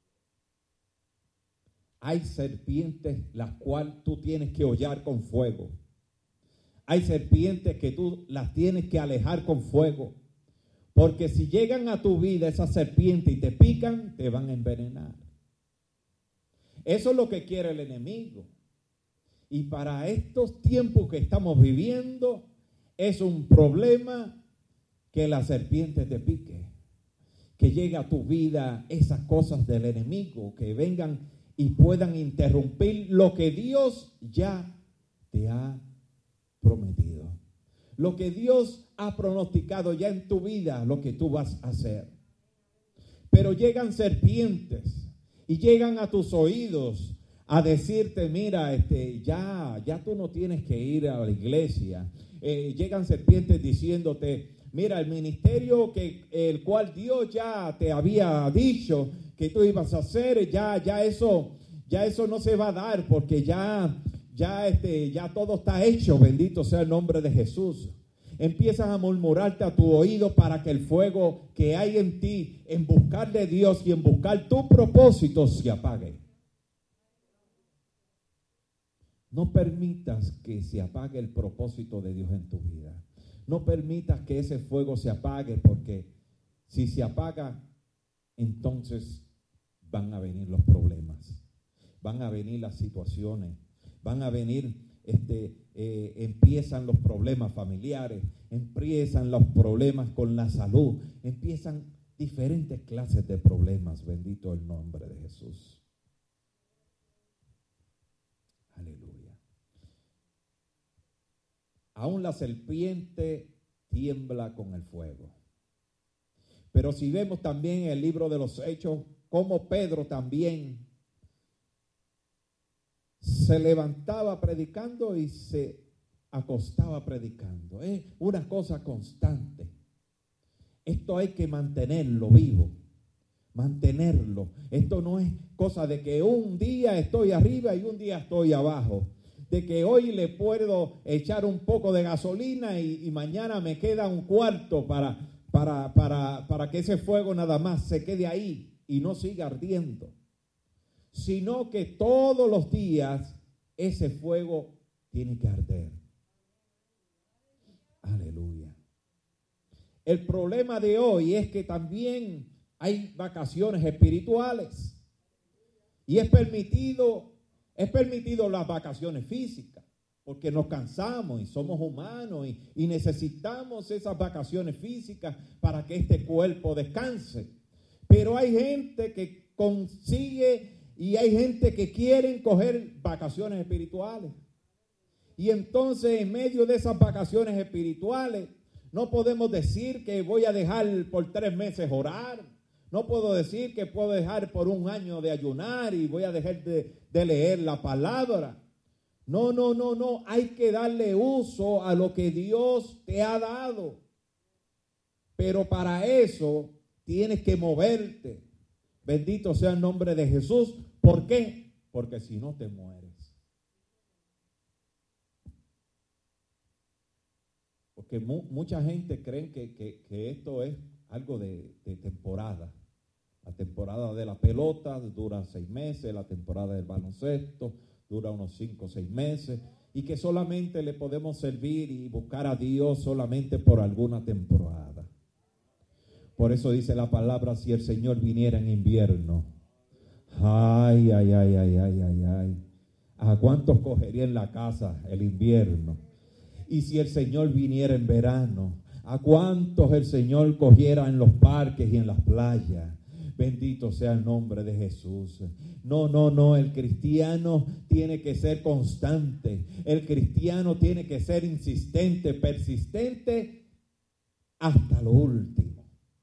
Hay serpientes las cuales tú tienes que hollar con fuego. Hay serpientes que tú las tienes que alejar con fuego. Porque si llegan a tu vida esas serpientes y te pican, te van a envenenar. Eso es lo que quiere el enemigo. Y para estos tiempos que estamos viviendo, es un problema que la serpiente te pique. Que llegue a tu vida esas cosas del enemigo, que vengan y puedan interrumpir lo que Dios ya te ha prometido. Lo que Dios ha pronosticado ya en tu vida, lo que tú vas a hacer. Pero llegan serpientes y llegan a tus oídos a decirte, mira, este, ya, ya tú no tienes que ir a la iglesia. Eh, llegan serpientes diciéndote, mira, el ministerio que el cual Dios ya te había dicho que tú ibas a hacer, ya, ya eso, ya eso no se va a dar porque ya, ya, este, ya todo está hecho. Bendito sea el nombre de Jesús. Empiezan a murmurarte a tu oído para que el fuego que hay en ti, en buscar de Dios y en buscar tu propósito, se apague. No permitas que se apague el propósito de Dios en tu vida. No permitas que ese fuego se apague, porque si se apaga, entonces van a venir los problemas, van a venir las situaciones, van a venir, este, eh, empiezan los problemas familiares, empiezan los problemas con la salud, empiezan diferentes clases de problemas. Bendito el nombre de Jesús. Aleluya. Aún la serpiente tiembla con el fuego. Pero si vemos también en el libro de los Hechos, como Pedro también se levantaba predicando y se acostaba predicando. Es una cosa constante. Esto hay que mantenerlo vivo, mantenerlo. Esto no es cosa de que un día estoy arriba y un día estoy abajo. De que hoy le puedo echar un poco de gasolina y, y mañana me queda un cuarto para, para, para, para que ese fuego nada más se quede ahí y no siga ardiendo. Sino que todos los días ese fuego tiene que arder. Aleluya. El problema de hoy es que también hay vacaciones espirituales. Y es permitido, es permitido las vacaciones físicas, porque nos cansamos y somos humanos y, y necesitamos esas vacaciones físicas para que este cuerpo descanse. Pero hay gente que consigue y hay gente que quiere coger vacaciones espirituales. Y entonces en medio de esas vacaciones espirituales no podemos decir que voy a dejar por tres meses orar. No puedo decir que puedo dejar por un año de ayunar y voy a dejar de, de leer la palabra. No, no, no, no. Hay que darle uso a lo que Dios te ha dado. Pero para eso tienes que moverte. Bendito sea el nombre de Jesús. ¿Por qué? Porque si no te mueres. Porque mu- mucha gente cree que, que, que esto es algo de, de temporada. La temporada de la pelota dura seis meses, la temporada del baloncesto dura unos cinco o seis meses, y que solamente le podemos servir y buscar a Dios solamente por alguna temporada. Por eso dice la palabra, si el Señor viniera en invierno, ay, ay, ay, ay, ay, ay, ay, ¿a cuántos cogería en la casa el invierno? Y si el Señor viniera en verano, ¿a cuántos el Señor cogiera en los parques y en las playas? Bendito sea el nombre de Jesús. No, no, no, el cristiano tiene que ser constante. El cristiano tiene que ser insistente, persistente hasta lo último.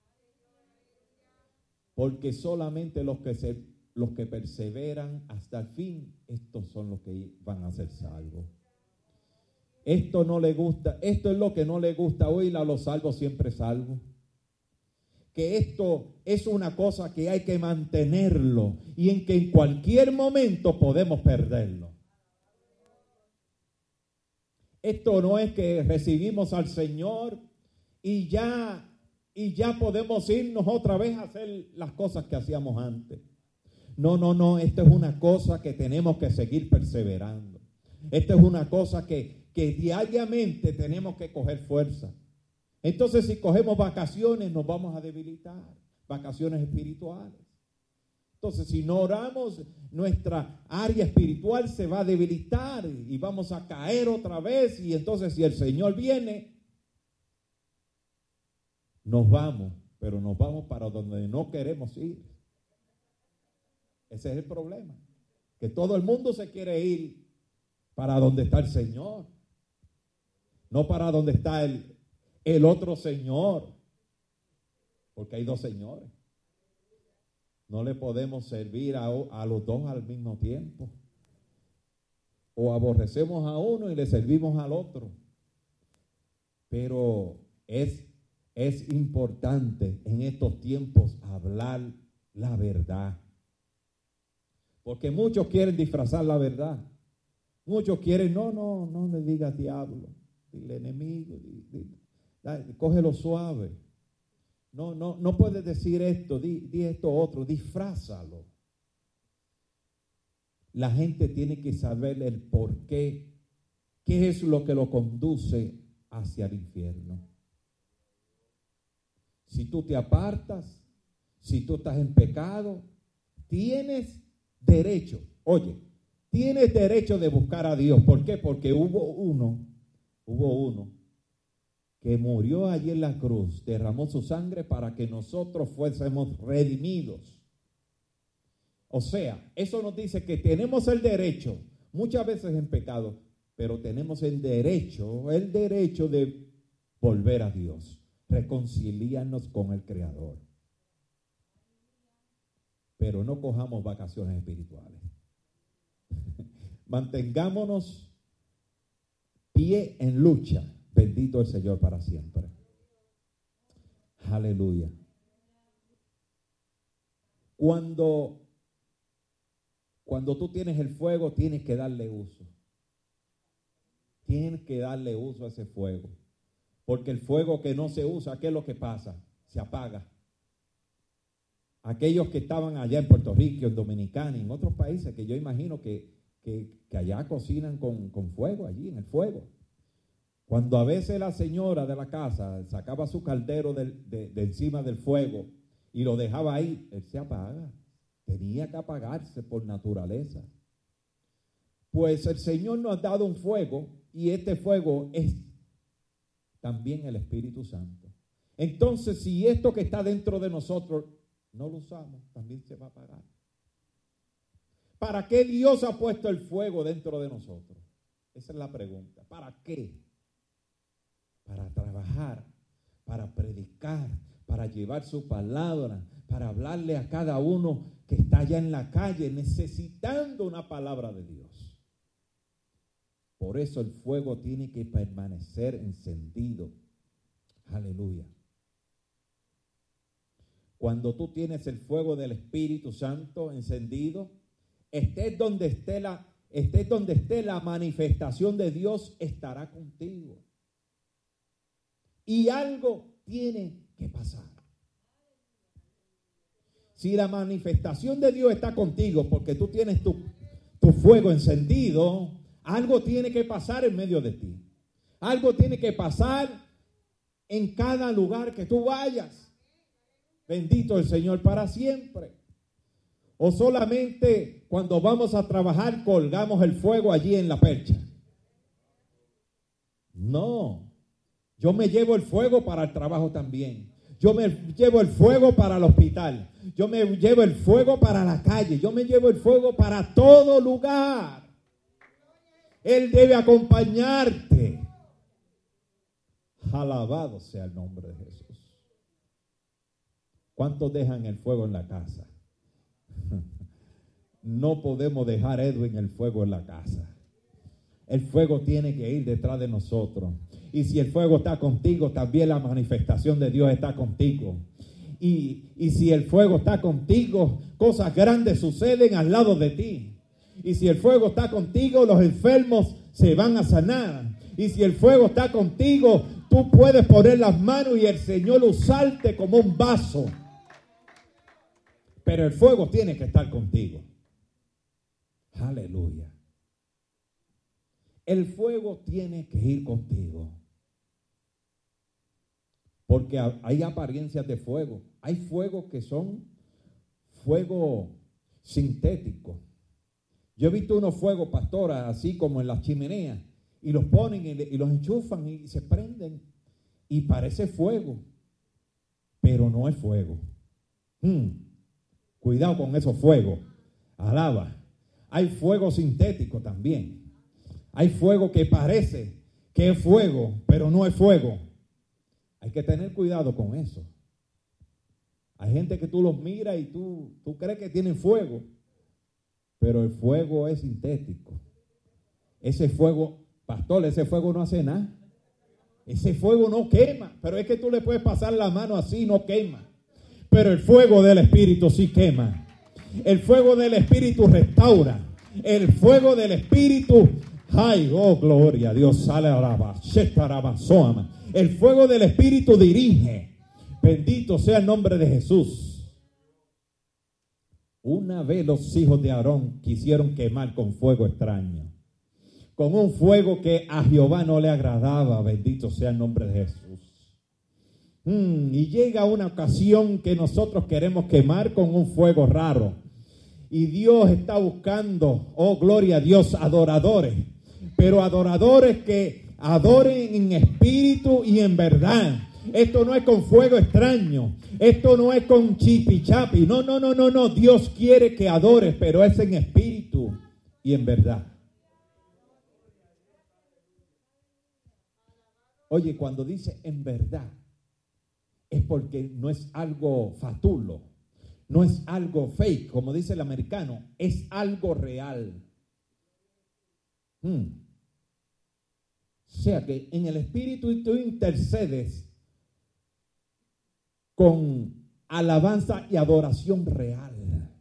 Porque solamente los que se, los que perseveran hasta el fin, estos son los que van a ser salvos. Esto no le gusta, esto es lo que no le gusta oír a los salvos siempre salvos. Que esto es una cosa que hay que mantenerlo y en que en cualquier momento podemos perderlo. Esto no es que recibimos al Señor y ya, y ya podemos irnos otra vez a hacer las cosas que hacíamos antes. No, no, no, esto es una cosa que tenemos que seguir perseverando. Esto es una cosa que que diariamente tenemos que coger fuerza. Entonces, si cogemos vacaciones, nos vamos a debilitar, vacaciones espirituales. Entonces, si no oramos, nuestra área espiritual se va a debilitar y vamos a caer otra vez. Y entonces, si el Señor viene, nos vamos, pero nos vamos para donde no queremos ir. Ese es el problema, que todo el mundo se quiere ir para donde está el Señor. No para donde está el, el otro señor. Porque hay dos señores. No le podemos servir a, a los dos al mismo tiempo. O aborrecemos a uno y le servimos al otro. Pero es, es importante en estos tiempos hablar la verdad. Porque muchos quieren disfrazar la verdad. Muchos quieren, no, no, no le digas diablo. El enemigo, di, di, di, cógelo suave. No, no, no puedes decir esto, di, di esto otro, disfrázalo. La gente tiene que saber el por qué, qué es lo que lo conduce hacia el infierno. Si tú te apartas, si tú estás en pecado, tienes derecho, oye, tienes derecho de buscar a Dios. ¿Por qué? Porque hubo uno Hubo uno que murió allí en la cruz, derramó su sangre para que nosotros fuésemos redimidos. O sea, eso nos dice que tenemos el derecho, muchas veces en pecado, pero tenemos el derecho, el derecho de volver a Dios, reconciliarnos con el Creador. Pero no cojamos vacaciones espirituales. Mantengámonos pie en lucha. Bendito el Señor para siempre. Aleluya. Cuando, cuando tú tienes el fuego, tienes que darle uso. Tienes que darle uso a ese fuego. Porque el fuego que no se usa, ¿qué es lo que pasa? Se apaga. Aquellos que estaban allá en Puerto Rico, en Dominicana y en otros países, que yo imagino que, que, que allá cocinan con, con fuego, allí en el fuego. Cuando a veces la señora de la casa sacaba su caldero de, de, de encima del fuego y lo dejaba ahí, él se apaga. tenía que apagarse por naturaleza. Pues el Señor nos ha dado un fuego y este fuego es también el Espíritu Santo. Entonces, si esto que está dentro de nosotros no lo usamos, también se va a apagar. ¿Para qué Dios ha puesto el fuego dentro de nosotros? Esa es la pregunta. ¿Para qué? Para trabajar, para predicar, para llevar su palabra, para hablarle a cada uno que está allá en la calle necesitando una palabra de Dios. Por eso el fuego tiene que permanecer encendido. Aleluya. Cuando tú tienes el fuego del Espíritu Santo encendido, estés donde esté la, estés donde esté la manifestación de Dios, estará contigo. Y algo tiene que pasar. Si la manifestación de Dios está contigo porque tú tienes tu, tu fuego encendido, algo tiene que pasar en medio de ti. Algo tiene que pasar en cada lugar que tú vayas. Bendito el Señor para siempre. O solamente cuando vamos a trabajar colgamos el fuego allí en la percha. No. Yo me llevo el fuego para el trabajo también. Yo me llevo el fuego para el hospital. Yo me llevo el fuego para la calle. Yo me llevo el fuego para todo lugar. Él debe acompañarte. Alabado sea el nombre de Jesús. ¿Cuántos dejan el fuego en la casa? No podemos dejar, Edwin, el fuego en la casa. El fuego tiene que ir detrás de nosotros. Y si el fuego está contigo, también la manifestación de Dios está contigo. Y, y si el fuego está contigo, cosas grandes suceden al lado de ti. Y si el fuego está contigo, los enfermos se van a sanar. Y si el fuego está contigo, tú puedes poner las manos y el Señor usarte como un vaso. Pero el fuego tiene que estar contigo. Aleluya. El fuego tiene que ir contigo. Porque hay apariencias de fuego. Hay fuegos que son fuego sintético. Yo he visto unos fuegos, pastora, así como en las chimeneas, y los ponen y, y los enchufan y se prenden. Y parece fuego, pero no es fuego. Hmm. Cuidado con esos fuegos. Alaba. Hay fuego sintético también. Hay fuego que parece que es fuego, pero no es fuego. Hay que tener cuidado con eso. Hay gente que tú los miras y tú, tú crees que tienen fuego, pero el fuego es sintético. Ese fuego, pastor, ese fuego no hace nada. Ese fuego no quema, pero es que tú le puedes pasar la mano así y no quema. Pero el fuego del Espíritu sí quema. El fuego del Espíritu restaura. El fuego del Espíritu, ay, oh, gloria a Dios, sale a la el fuego del Espíritu dirige. Bendito sea el nombre de Jesús. Una vez los hijos de Aarón quisieron quemar con fuego extraño, con un fuego que a Jehová no le agradaba. Bendito sea el nombre de Jesús. Mm, y llega una ocasión que nosotros queremos quemar con un fuego raro. Y Dios está buscando, oh gloria a Dios, adoradores. Pero adoradores que adoren en espíritu y en verdad. Esto no es con fuego extraño. Esto no es con chipi chapi. No, no, no, no, no. Dios quiere que adores, pero es en espíritu y en verdad. Oye, cuando dice en verdad, es porque no es algo fatulo, no es algo fake, como dice el americano, es algo real. Hmm. O sea que en el espíritu tú intercedes con alabanza y adoración real.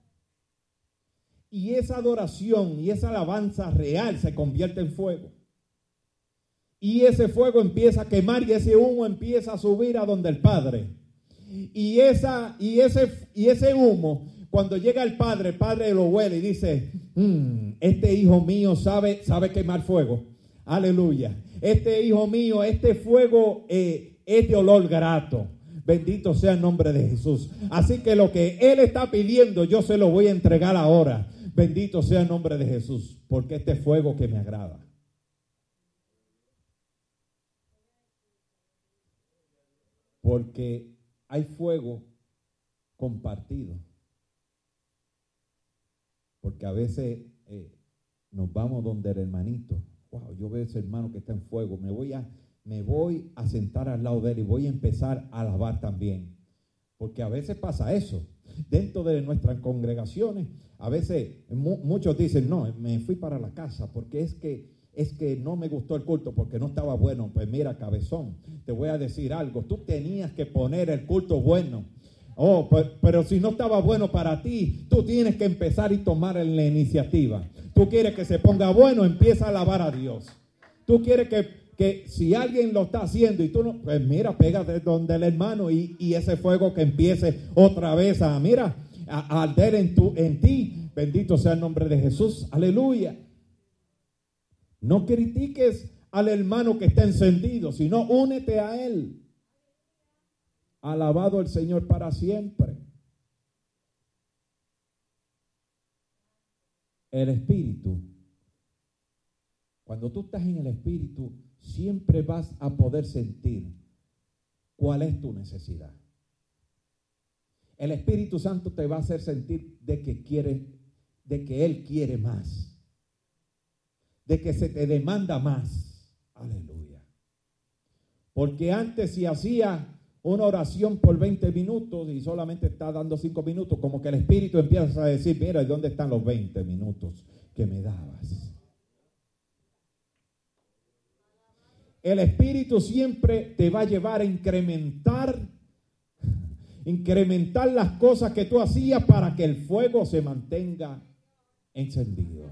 Y esa adoración y esa alabanza real se convierte en fuego. Y ese fuego empieza a quemar y ese humo empieza a subir a donde el Padre. Y, esa, y, ese, y ese humo, cuando llega el Padre, el Padre lo huele y dice, mmm, este hijo mío sabe, sabe quemar fuego. Aleluya. Este hijo mío, este fuego eh, es de olor grato. Bendito sea el nombre de Jesús. Así que lo que Él está pidiendo, yo se lo voy a entregar ahora. Bendito sea el nombre de Jesús, porque este fuego que me agrada. Porque hay fuego compartido. Porque a veces eh, nos vamos donde el hermanito. Wow, yo veo a ese hermano que está en fuego. Me voy a, me voy a sentar al lado de él y voy a empezar a alabar también. Porque a veces pasa eso. Dentro de nuestras congregaciones, a veces mu- muchos dicen, no, me fui para la casa porque es que, es que no me gustó el culto porque no estaba bueno. Pues mira, cabezón, te voy a decir algo. Tú tenías que poner el culto bueno. Oh, pues, pero si no estaba bueno para ti, tú tienes que empezar y tomar la iniciativa. Tú quieres que se ponga bueno, empieza a alabar a Dios. Tú quieres que, que si alguien lo está haciendo y tú no, pues mira, pégate donde el hermano y, y ese fuego que empiece otra vez a, mira, a, a arder en, tu, en ti. Bendito sea el nombre de Jesús. Aleluya. No critiques al hermano que está encendido, sino únete a él. Alabado el Señor para siempre. El Espíritu. Cuando tú estás en el Espíritu, siempre vas a poder sentir cuál es tu necesidad. El Espíritu Santo te va a hacer sentir de que quiere, de que Él quiere más, de que se te demanda más. Aleluya. Porque antes si hacía una oración por veinte minutos y solamente está dando cinco minutos, como que el Espíritu empieza a decir, mira, ¿dónde están los veinte minutos que me dabas? El Espíritu siempre te va a llevar a incrementar, incrementar las cosas que tú hacías para que el fuego se mantenga encendido.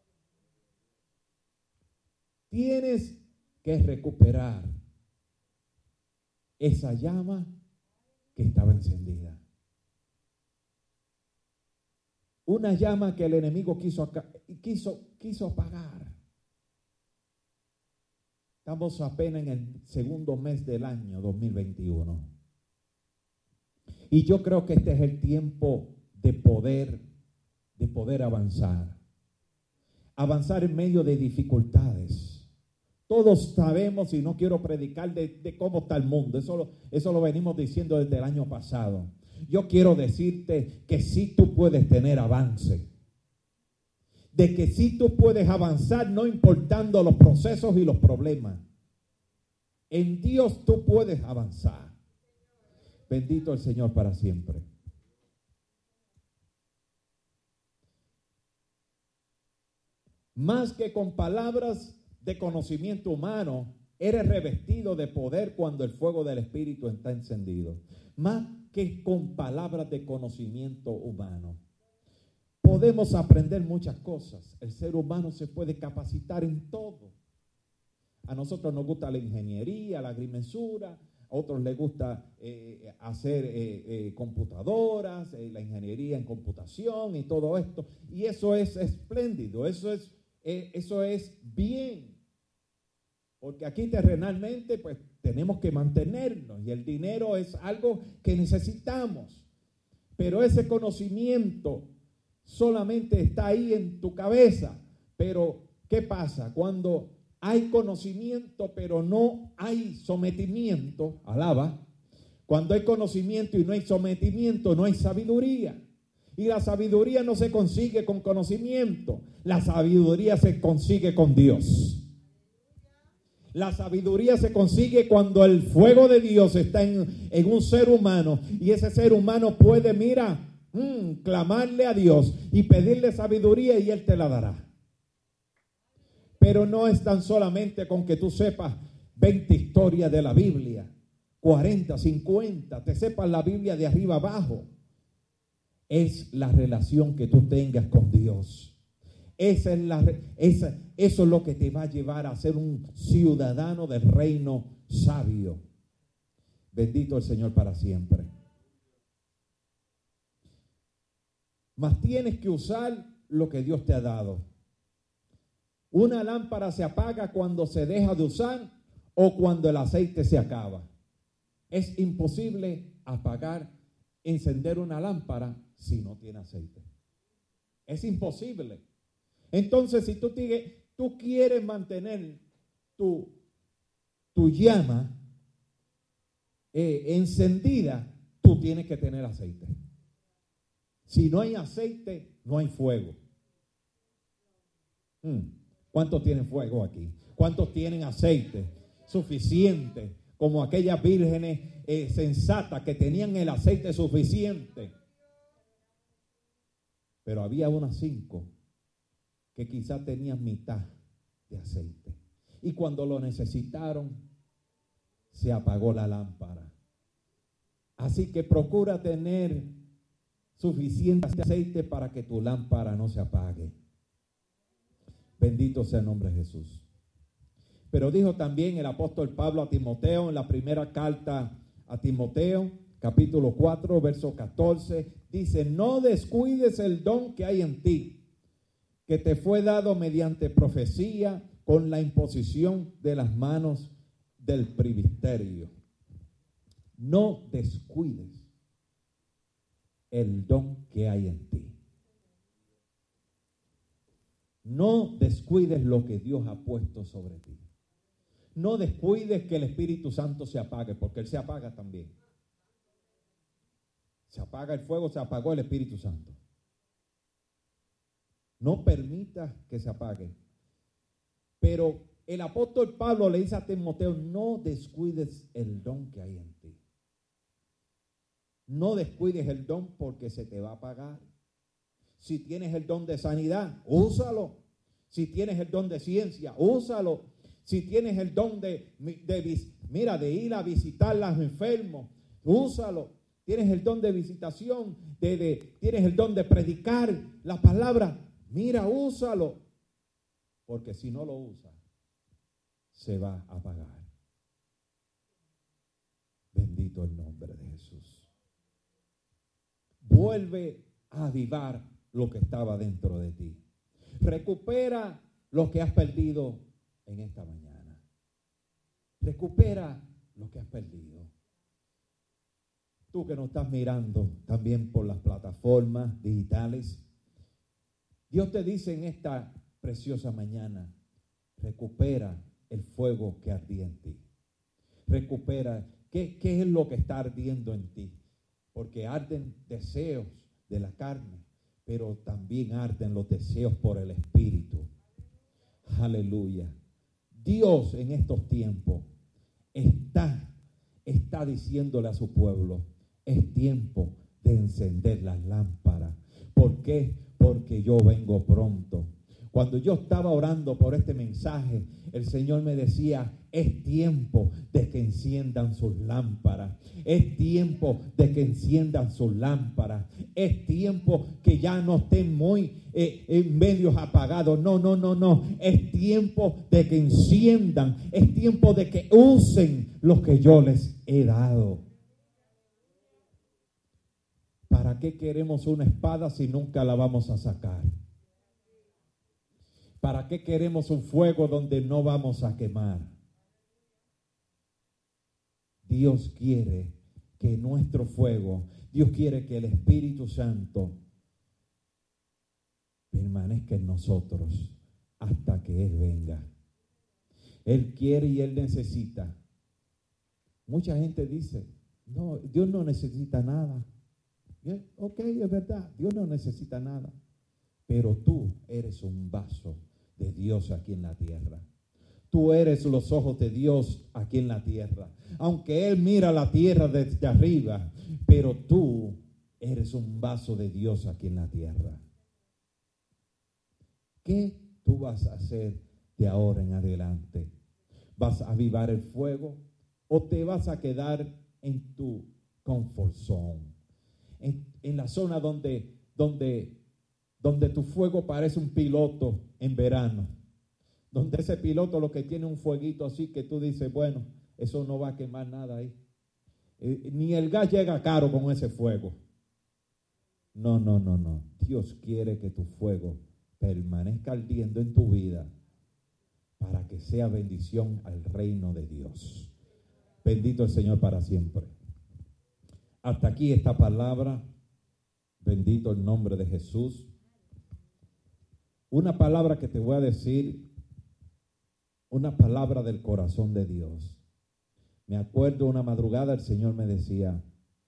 Tienes que recuperar esa llama que estaba encendida. Una llama que el enemigo quiso, quiso, quiso apagar. Estamos apenas en el segundo mes del año dos mil veintiuno. Y yo creo que este es el tiempo de poder, de poder avanzar. Avanzar en medio de dificultades. Todos sabemos, y no quiero predicar de, de cómo está el mundo, eso lo, eso lo venimos diciendo desde el año pasado. Yo quiero decirte que sí tú puedes tener avance, de que sí tú puedes avanzar no importando los procesos y los problemas. En Dios tú puedes avanzar. Bendito el Señor para siempre. Más que con palabras de conocimiento humano, eres revestido de poder cuando el fuego del Espíritu está encendido. Más que con palabras de conocimiento humano. Podemos aprender muchas cosas. El ser humano se puede capacitar en todo. A nosotros nos gusta la ingeniería, la agrimensura. A otros les gusta eh, hacer eh, eh, computadoras, eh, la ingeniería en computación y todo esto. Y eso es espléndido, eso es, eh, eso es bien. Porque aquí terrenalmente pues tenemos que mantenernos y el dinero es algo que necesitamos. Pero ese conocimiento solamente está ahí en tu cabeza. Pero ¿qué pasa? Cuando hay conocimiento pero no hay sometimiento, alaba. Cuando hay conocimiento y no hay sometimiento, no hay sabiduría. Y la sabiduría no se consigue con conocimiento. La sabiduría se consigue con Dios. La sabiduría se consigue cuando el fuego de Dios está en, en un ser humano. Y ese ser humano puede, mira, mmm, clamarle a Dios y pedirle sabiduría y Él te la dará. Pero no es tan solamente con que tú sepas veinte historias de la Biblia, cuarenta, cincuenta, te sepas la Biblia de arriba abajo. Es la relación que tú tengas con Dios. Esa es la, esa, eso es lo que te va a llevar a ser un ciudadano del reino sabio. Bendito el Señor para siempre. Mas tienes que usar lo que Dios te ha dado. Una lámpara se apaga cuando se deja de usar o cuando el aceite se acaba. Es imposible apagar, encender una lámpara si no tiene aceite. Es imposible. Entonces, si tú, te, tú quieres mantener tu, tu llama eh, encendida, tú tienes que tener aceite. Si no hay aceite, no hay fuego. Hmm. ¿Cuántos tienen fuego aquí? ¿Cuántos tienen aceite suficiente? Como aquellas vírgenes eh, sensatas que tenían el aceite suficiente. Pero había unas cinco que quizás tenían mitad de aceite. Y cuando lo necesitaron, se apagó la lámpara. Así que procura tener suficiente aceite para que tu lámpara no se apague. Bendito sea el nombre de Jesús. Pero dijo también el apóstol Pablo a Timoteo en la primera carta a Timoteo, capítulo cuatro, verso catorce, dice: no descuides el don que hay en ti, que te fue dado mediante profecía con la imposición de las manos del presbiterio. No descuides el don que hay en ti. No descuides lo que Dios ha puesto sobre ti. No descuides que el Espíritu Santo se apague, porque Él se apaga también. Se apaga el fuego, se apagó el Espíritu Santo. No permitas que se apague. Pero el apóstol Pablo le dice a Timoteo: no descuides el don que hay en ti. No descuides el don porque se te va a apagar. Si tienes el don de sanidad, úsalo. Si tienes el don de ciencia, úsalo. Si tienes el don de, de, mira, de ir a visitar a los enfermos, úsalo. Tienes el don de visitación, de, de, tienes el don de predicar la palabra, mira, úsalo. Porque si no lo usas, se va a apagar. Bendito el nombre de Jesús. Vuelve a avivar lo que estaba dentro de ti. Recupera lo que has perdido en esta mañana. Recupera lo que has perdido. Tú que nos estás mirando también por las plataformas digitales, Dios te dice en esta preciosa mañana: recupera el fuego que ardía en ti. Recupera, ¿qué, qué es lo que está ardiendo en ti? Porque arden deseos de la carne, pero también arden los deseos por el Espíritu. Aleluya. Dios en estos tiempos está, está diciéndole a su pueblo: es tiempo de encender las lámparas. ¿Por qué? Porque yo vengo pronto. Cuando yo estaba orando por este mensaje, el Señor me decía: es tiempo de que enciendan sus lámparas. Es tiempo de que enciendan sus lámparas. Es tiempo que ya no estén muy eh, en medios apagados. No, no, no, no. Es tiempo de que enciendan. Es tiempo de que usen lo que yo les he dado. ¿Para qué queremos una espada si nunca la vamos a sacar? ¿Para qué queremos un fuego donde no vamos a quemar? Dios quiere que nuestro fuego, Dios quiere que el Espíritu Santo permanezca en nosotros hasta que Él venga. Él quiere y Él necesita. Mucha gente dice: no, Dios no necesita nada. Bien, ok, es verdad, Dios no necesita nada. Pero tú eres un vaso de Dios aquí en la tierra. Tú eres los ojos de Dios aquí en la tierra. Aunque Él mira la tierra desde arriba, pero tú eres un vaso de Dios aquí en la tierra. ¿Qué tú vas a hacer de ahora en adelante? ¿Vas a avivar el fuego o te vas a quedar en tu comfort zone? En, en la zona donde, donde, donde tu fuego parece un piloto en verano. Donde ese piloto lo que tiene un fueguito así que tú dices: bueno, eso no va a quemar nada ahí. Eh, ni el gas llega caro con ese fuego. No, no, no, no. Dios quiere que tu fuego permanezca ardiendo en tu vida para que sea bendición al reino de Dios. Bendito el Señor para siempre. Hasta aquí esta palabra. Bendito el nombre de Jesús. Una palabra que te voy a decir, una palabra del corazón de Dios. Me acuerdo una madrugada el Señor me decía,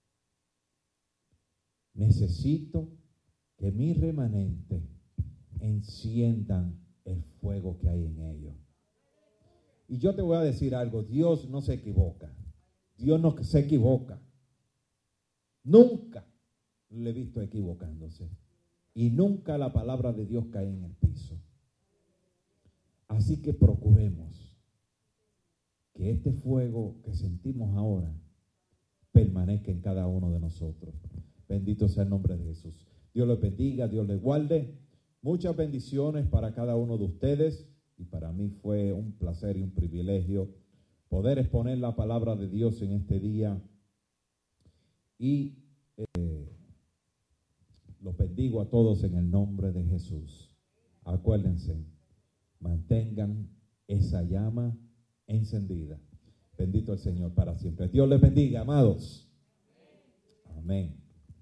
necesito que mis remanentes enciendan el fuego que hay en ellos. Y yo te voy a decir algo, Dios no se equivoca. Dios no se equivoca. Nunca le he visto equivocándose. Y nunca la palabra de Dios cae en el piso. Así que procuremos que este fuego que sentimos ahora permanezca en cada uno de nosotros. Bendito sea el nombre de Jesús. Dios les bendiga, Dios les guarde. Muchas bendiciones para cada uno de ustedes. Y para mí fue un placer y un privilegio poder exponer la palabra de Dios en este día. Y eh, los bendigo a todos en el nombre de Jesús. Acuérdense, mantengan esa llama encendida. Bendito el Señor para siempre. Dios les bendiga, amados. Amén.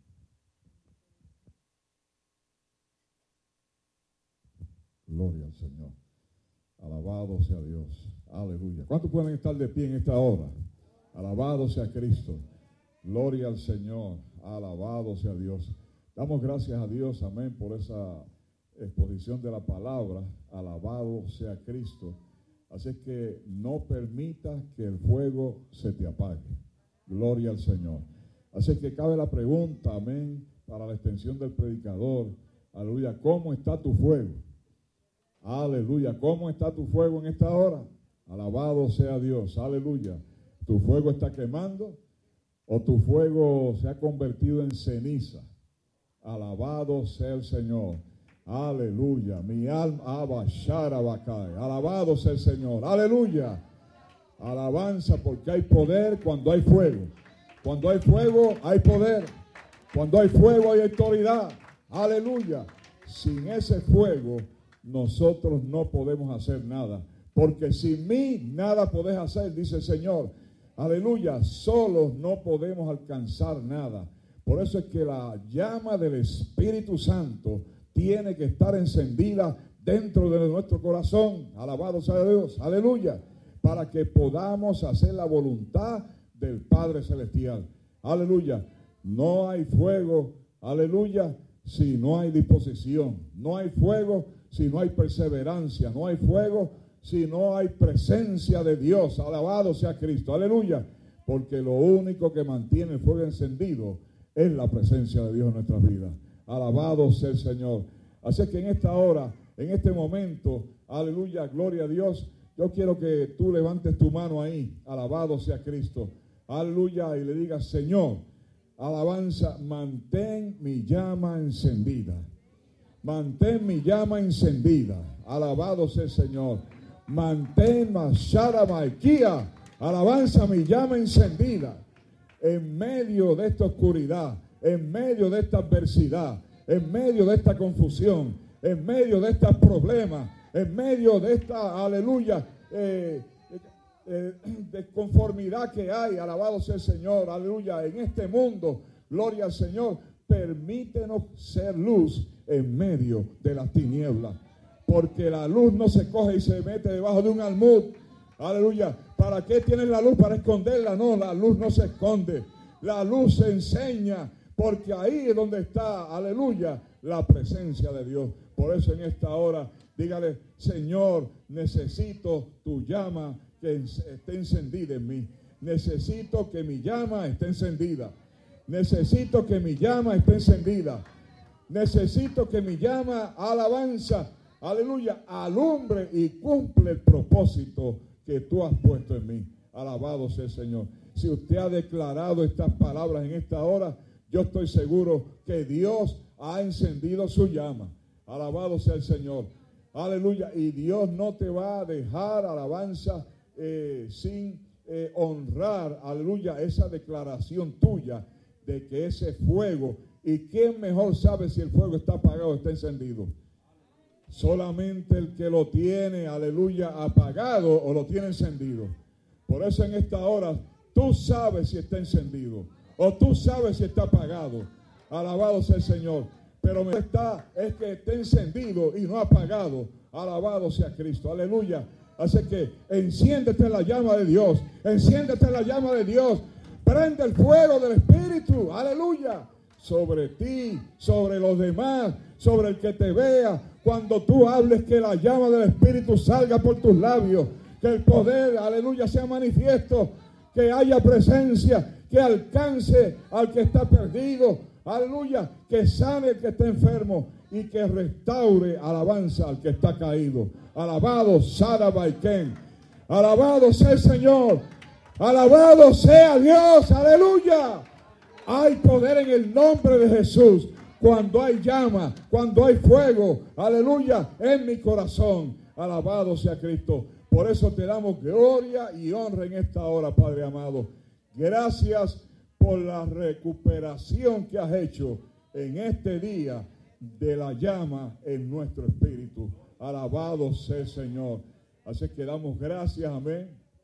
Gloria al Señor. Alabado sea Dios. Aleluya. ¿Cuántos pueden estar de pie en esta hora? Alabado sea Cristo. Gloria al Señor. Alabado sea Dios. Damos gracias a Dios, amén, por esa exposición de la palabra. Alabado sea Cristo. Así que no permitas que el fuego se te apague. Gloria al Señor. Así que cabe la pregunta, amén, para la extensión del predicador. Aleluya. ¿Cómo está tu fuego? Aleluya. ¿Cómo está tu fuego en esta hora? Alabado sea Dios. Aleluya. ¿Tu fuego está quemando o tu fuego se ha convertido en ceniza? Alabado sea el Señor. Aleluya. Mi alma abashara bacae. Alabado sea el Señor. Aleluya. Alabanza, porque hay poder cuando hay fuego. Cuando hay fuego hay poder. Cuando hay fuego hay autoridad. Aleluya. Sin ese fuego nosotros no podemos hacer nada, porque sin mí nada podés hacer, dice el Señor. Aleluya, solos no podemos alcanzar nada. Por eso es que la llama del Espíritu Santo tiene que estar encendida dentro de nuestro corazón. Alabado sea Dios, aleluya, para que podamos hacer la voluntad del Padre Celestial. Aleluya, no hay fuego, aleluya, si no hay disposición. No hay fuego si no hay perseverancia. No hay fuego si no hay presencia de Dios. Alabado sea Cristo. Aleluya. Porque lo único que mantiene el fuego encendido es la presencia de Dios en nuestras vidas. Alabado sea el Señor. Así que en esta hora, en este momento, aleluya, gloria a Dios, yo quiero que tú levantes tu mano ahí. Alabado sea Cristo. Aleluya. Y le digas, Señor, alabanza, mantén mi llama encendida. Mantén mi llama encendida. Alabado sea el Señor. Mantén Mashara Maikia. Alabanza, mi llama encendida. En medio de esta oscuridad, en medio de esta adversidad, en medio de esta confusión, en medio de estos problemas, en medio de esta, aleluya, eh, eh, desconformidad que hay. Alabado sea el Señor. Aleluya. En este mundo, gloria al Señor. Permítenos ser luz en medio de las tinieblas, porque la luz no se coge y se mete debajo de un almud. Aleluya. ¿Para qué tienen la luz? Para esconderla. No, la luz no se esconde. La luz se enseña, porque ahí es donde está, aleluya, la presencia de Dios. Por eso en esta hora, dígale, Señor, necesito tu llama que esté encendida en mí. Necesito que mi llama esté encendida. Necesito que mi llama esté encendida. Necesito que mi llama, alabanza, aleluya, alumbre y cumple el propósito que tú has puesto en mí. Alabado sea el Señor. Si usted ha declarado estas palabras en esta hora, yo estoy seguro que Dios ha encendido su llama. Alabado sea el Señor. Aleluya. Y Dios no te va a dejar, alabanza, eh, sin eh, honrar, aleluya, esa declaración tuya de que ese fuego, y quién mejor sabe si el fuego está apagado o está encendido. Solamente el que lo tiene, aleluya, apagado o lo tiene encendido. Por eso en esta hora Tú sabes si está encendido o tú sabes si está apagado. Alabado sea el Señor. Pero me está es que esté encendido y no apagado. Alabado sea Cristo. Aleluya. Así que enciéndete en la llama de Dios. Enciéndete en la llama de Dios. Prende el fuego del Espíritu. Aleluya. Sobre ti, sobre los demás, sobre el que te vea. Cuando tú hables, que la llama del Espíritu salga por tus labios. Que el poder, aleluya, sea manifiesto. Que haya presencia. Que alcance al que está perdido. Aleluya. Que sane el que está enfermo. Y que restaure, alabanza, al que está caído. Alabado Sara Baiken. Alabado sea el Señor. Alabado sea Dios. Aleluya. Hay poder en el nombre de Jesús. Cuando hay llama, cuando hay fuego. Aleluya. En mi corazón. Alabado sea Cristo. Por eso te damos gloria y honra en esta hora, Padre amado. Gracias por la recuperación que has hecho en este día de la llama en nuestro espíritu. Alabado sea el Señor. Así que damos gracias, amén.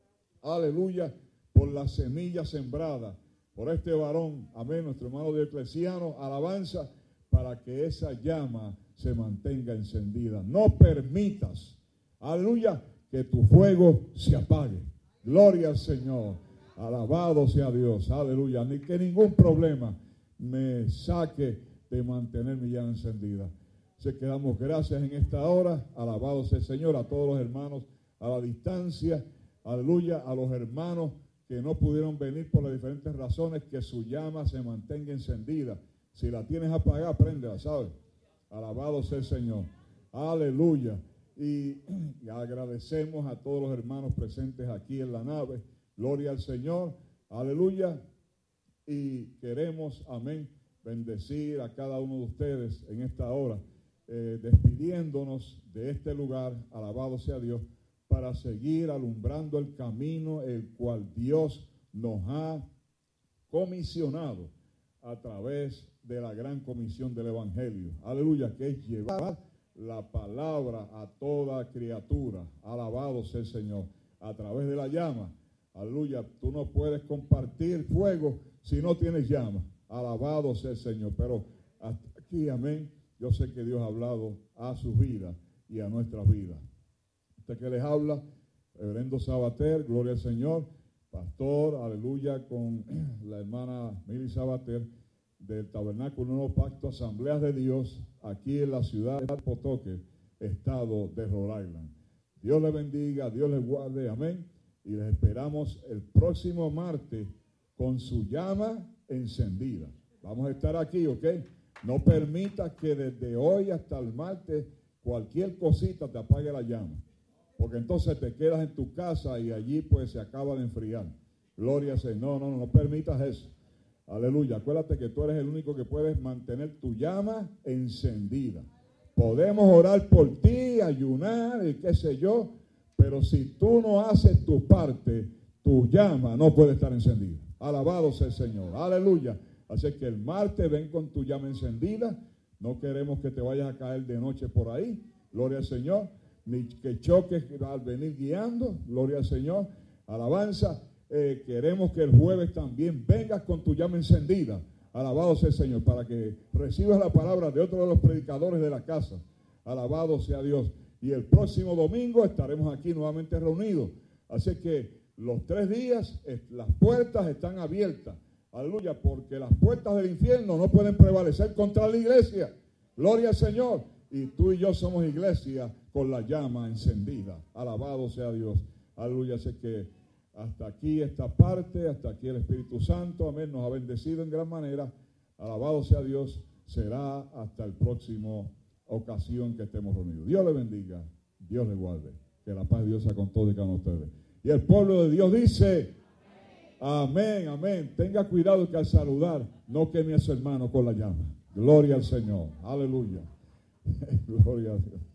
Aleluya, por la semilla sembrada, por este varón, amén, nuestro hermano Diocleciano. Alabanza para que esa llama se mantenga encendida. No permitas, aleluya, que tu fuego se apague. Gloria al Señor. Alabado sea Dios. Aleluya. Ni que ningún problema me saque de mantener mi llama encendida. Así que damos gracias en esta hora. Alabado sea el Señor. A todos los hermanos a la distancia. Aleluya. A los hermanos que no pudieron venir por las diferentes razones, que su llama se mantenga encendida. Si la tienes apagada, préndela, ¿sabes? Alabado sea el Señor. Aleluya. Y, y agradecemos a todos los hermanos presentes aquí en la nave. Gloria al Señor. Aleluya. Y queremos, amén, bendecir a cada uno de ustedes en esta hora, eh, despidiéndonos de este lugar, alabado sea Dios, para seguir alumbrando el camino el cual Dios nos ha comisionado a través de la gran comisión del Evangelio. Aleluya, que es llevar la palabra a toda criatura. Alabado sea el Señor, a través de la llama. Aleluya, tú no puedes compartir fuego si no tienes llama. Alabado sea el Señor. Pero hasta aquí, amén, yo sé que Dios ha hablado a sus vidas y a nuestras vidas. Este que les habla, reverendo Sabater, gloria al Señor, pastor, aleluya, con la hermana Mili Sabater, del Tabernáculo Nuevo Pacto, Asambleas de Dios, aquí en la ciudad de Potoque, estado de Rhode Island. Dios les bendiga, Dios les guarde, amén. Y les esperamos el próximo martes con su llama encendida. Vamos a estar aquí, ¿ok? No permitas que desde hoy hasta el martes cualquier cosita te apague la llama. Porque entonces te quedas en tu casa y allí pues se acaba de enfriar. Gloria a Dios. No, no, no, no permitas eso. Aleluya. Acuérdate que tú eres el único que puedes mantener tu llama encendida. Podemos orar por ti, ayunar y qué sé yo. Pero si tú no haces tu parte, tu llama no puede estar encendida. Alabado sea el Señor. Aleluya. Así que el martes ven con tu llama encendida. No queremos que te vayas a caer de noche por ahí. Gloria al Señor. Ni que choques al venir guiando. Gloria al Señor. Alabanza. Eh, queremos que el jueves también vengas con tu llama encendida. Alabado sea el Señor. Para que recibas la palabra de otro de los predicadores de la casa. Alabado sea Dios. Y el próximo domingo estaremos aquí nuevamente reunidos. Así que los tres días las puertas están abiertas. Aleluya, porque las puertas del infierno no pueden prevalecer contra la iglesia. Gloria al Señor. Y tú y yo somos iglesia con la llama encendida. Alabado sea Dios. Aleluya, así que hasta aquí esta parte, hasta aquí el Espíritu Santo, amén, nos ha bendecido en gran manera. Alabado sea Dios. Será hasta el próximo ocasión que estemos reunidos. Dios le bendiga, Dios le guarde, que la paz de Dios sea con todos y cada uno de ustedes. Y el pueblo de Dios dice, amén, amén, amén. Tenga cuidado que al saludar no queme a su hermano con la llama. Gloria al Señor, aleluya. Gloria a Dios.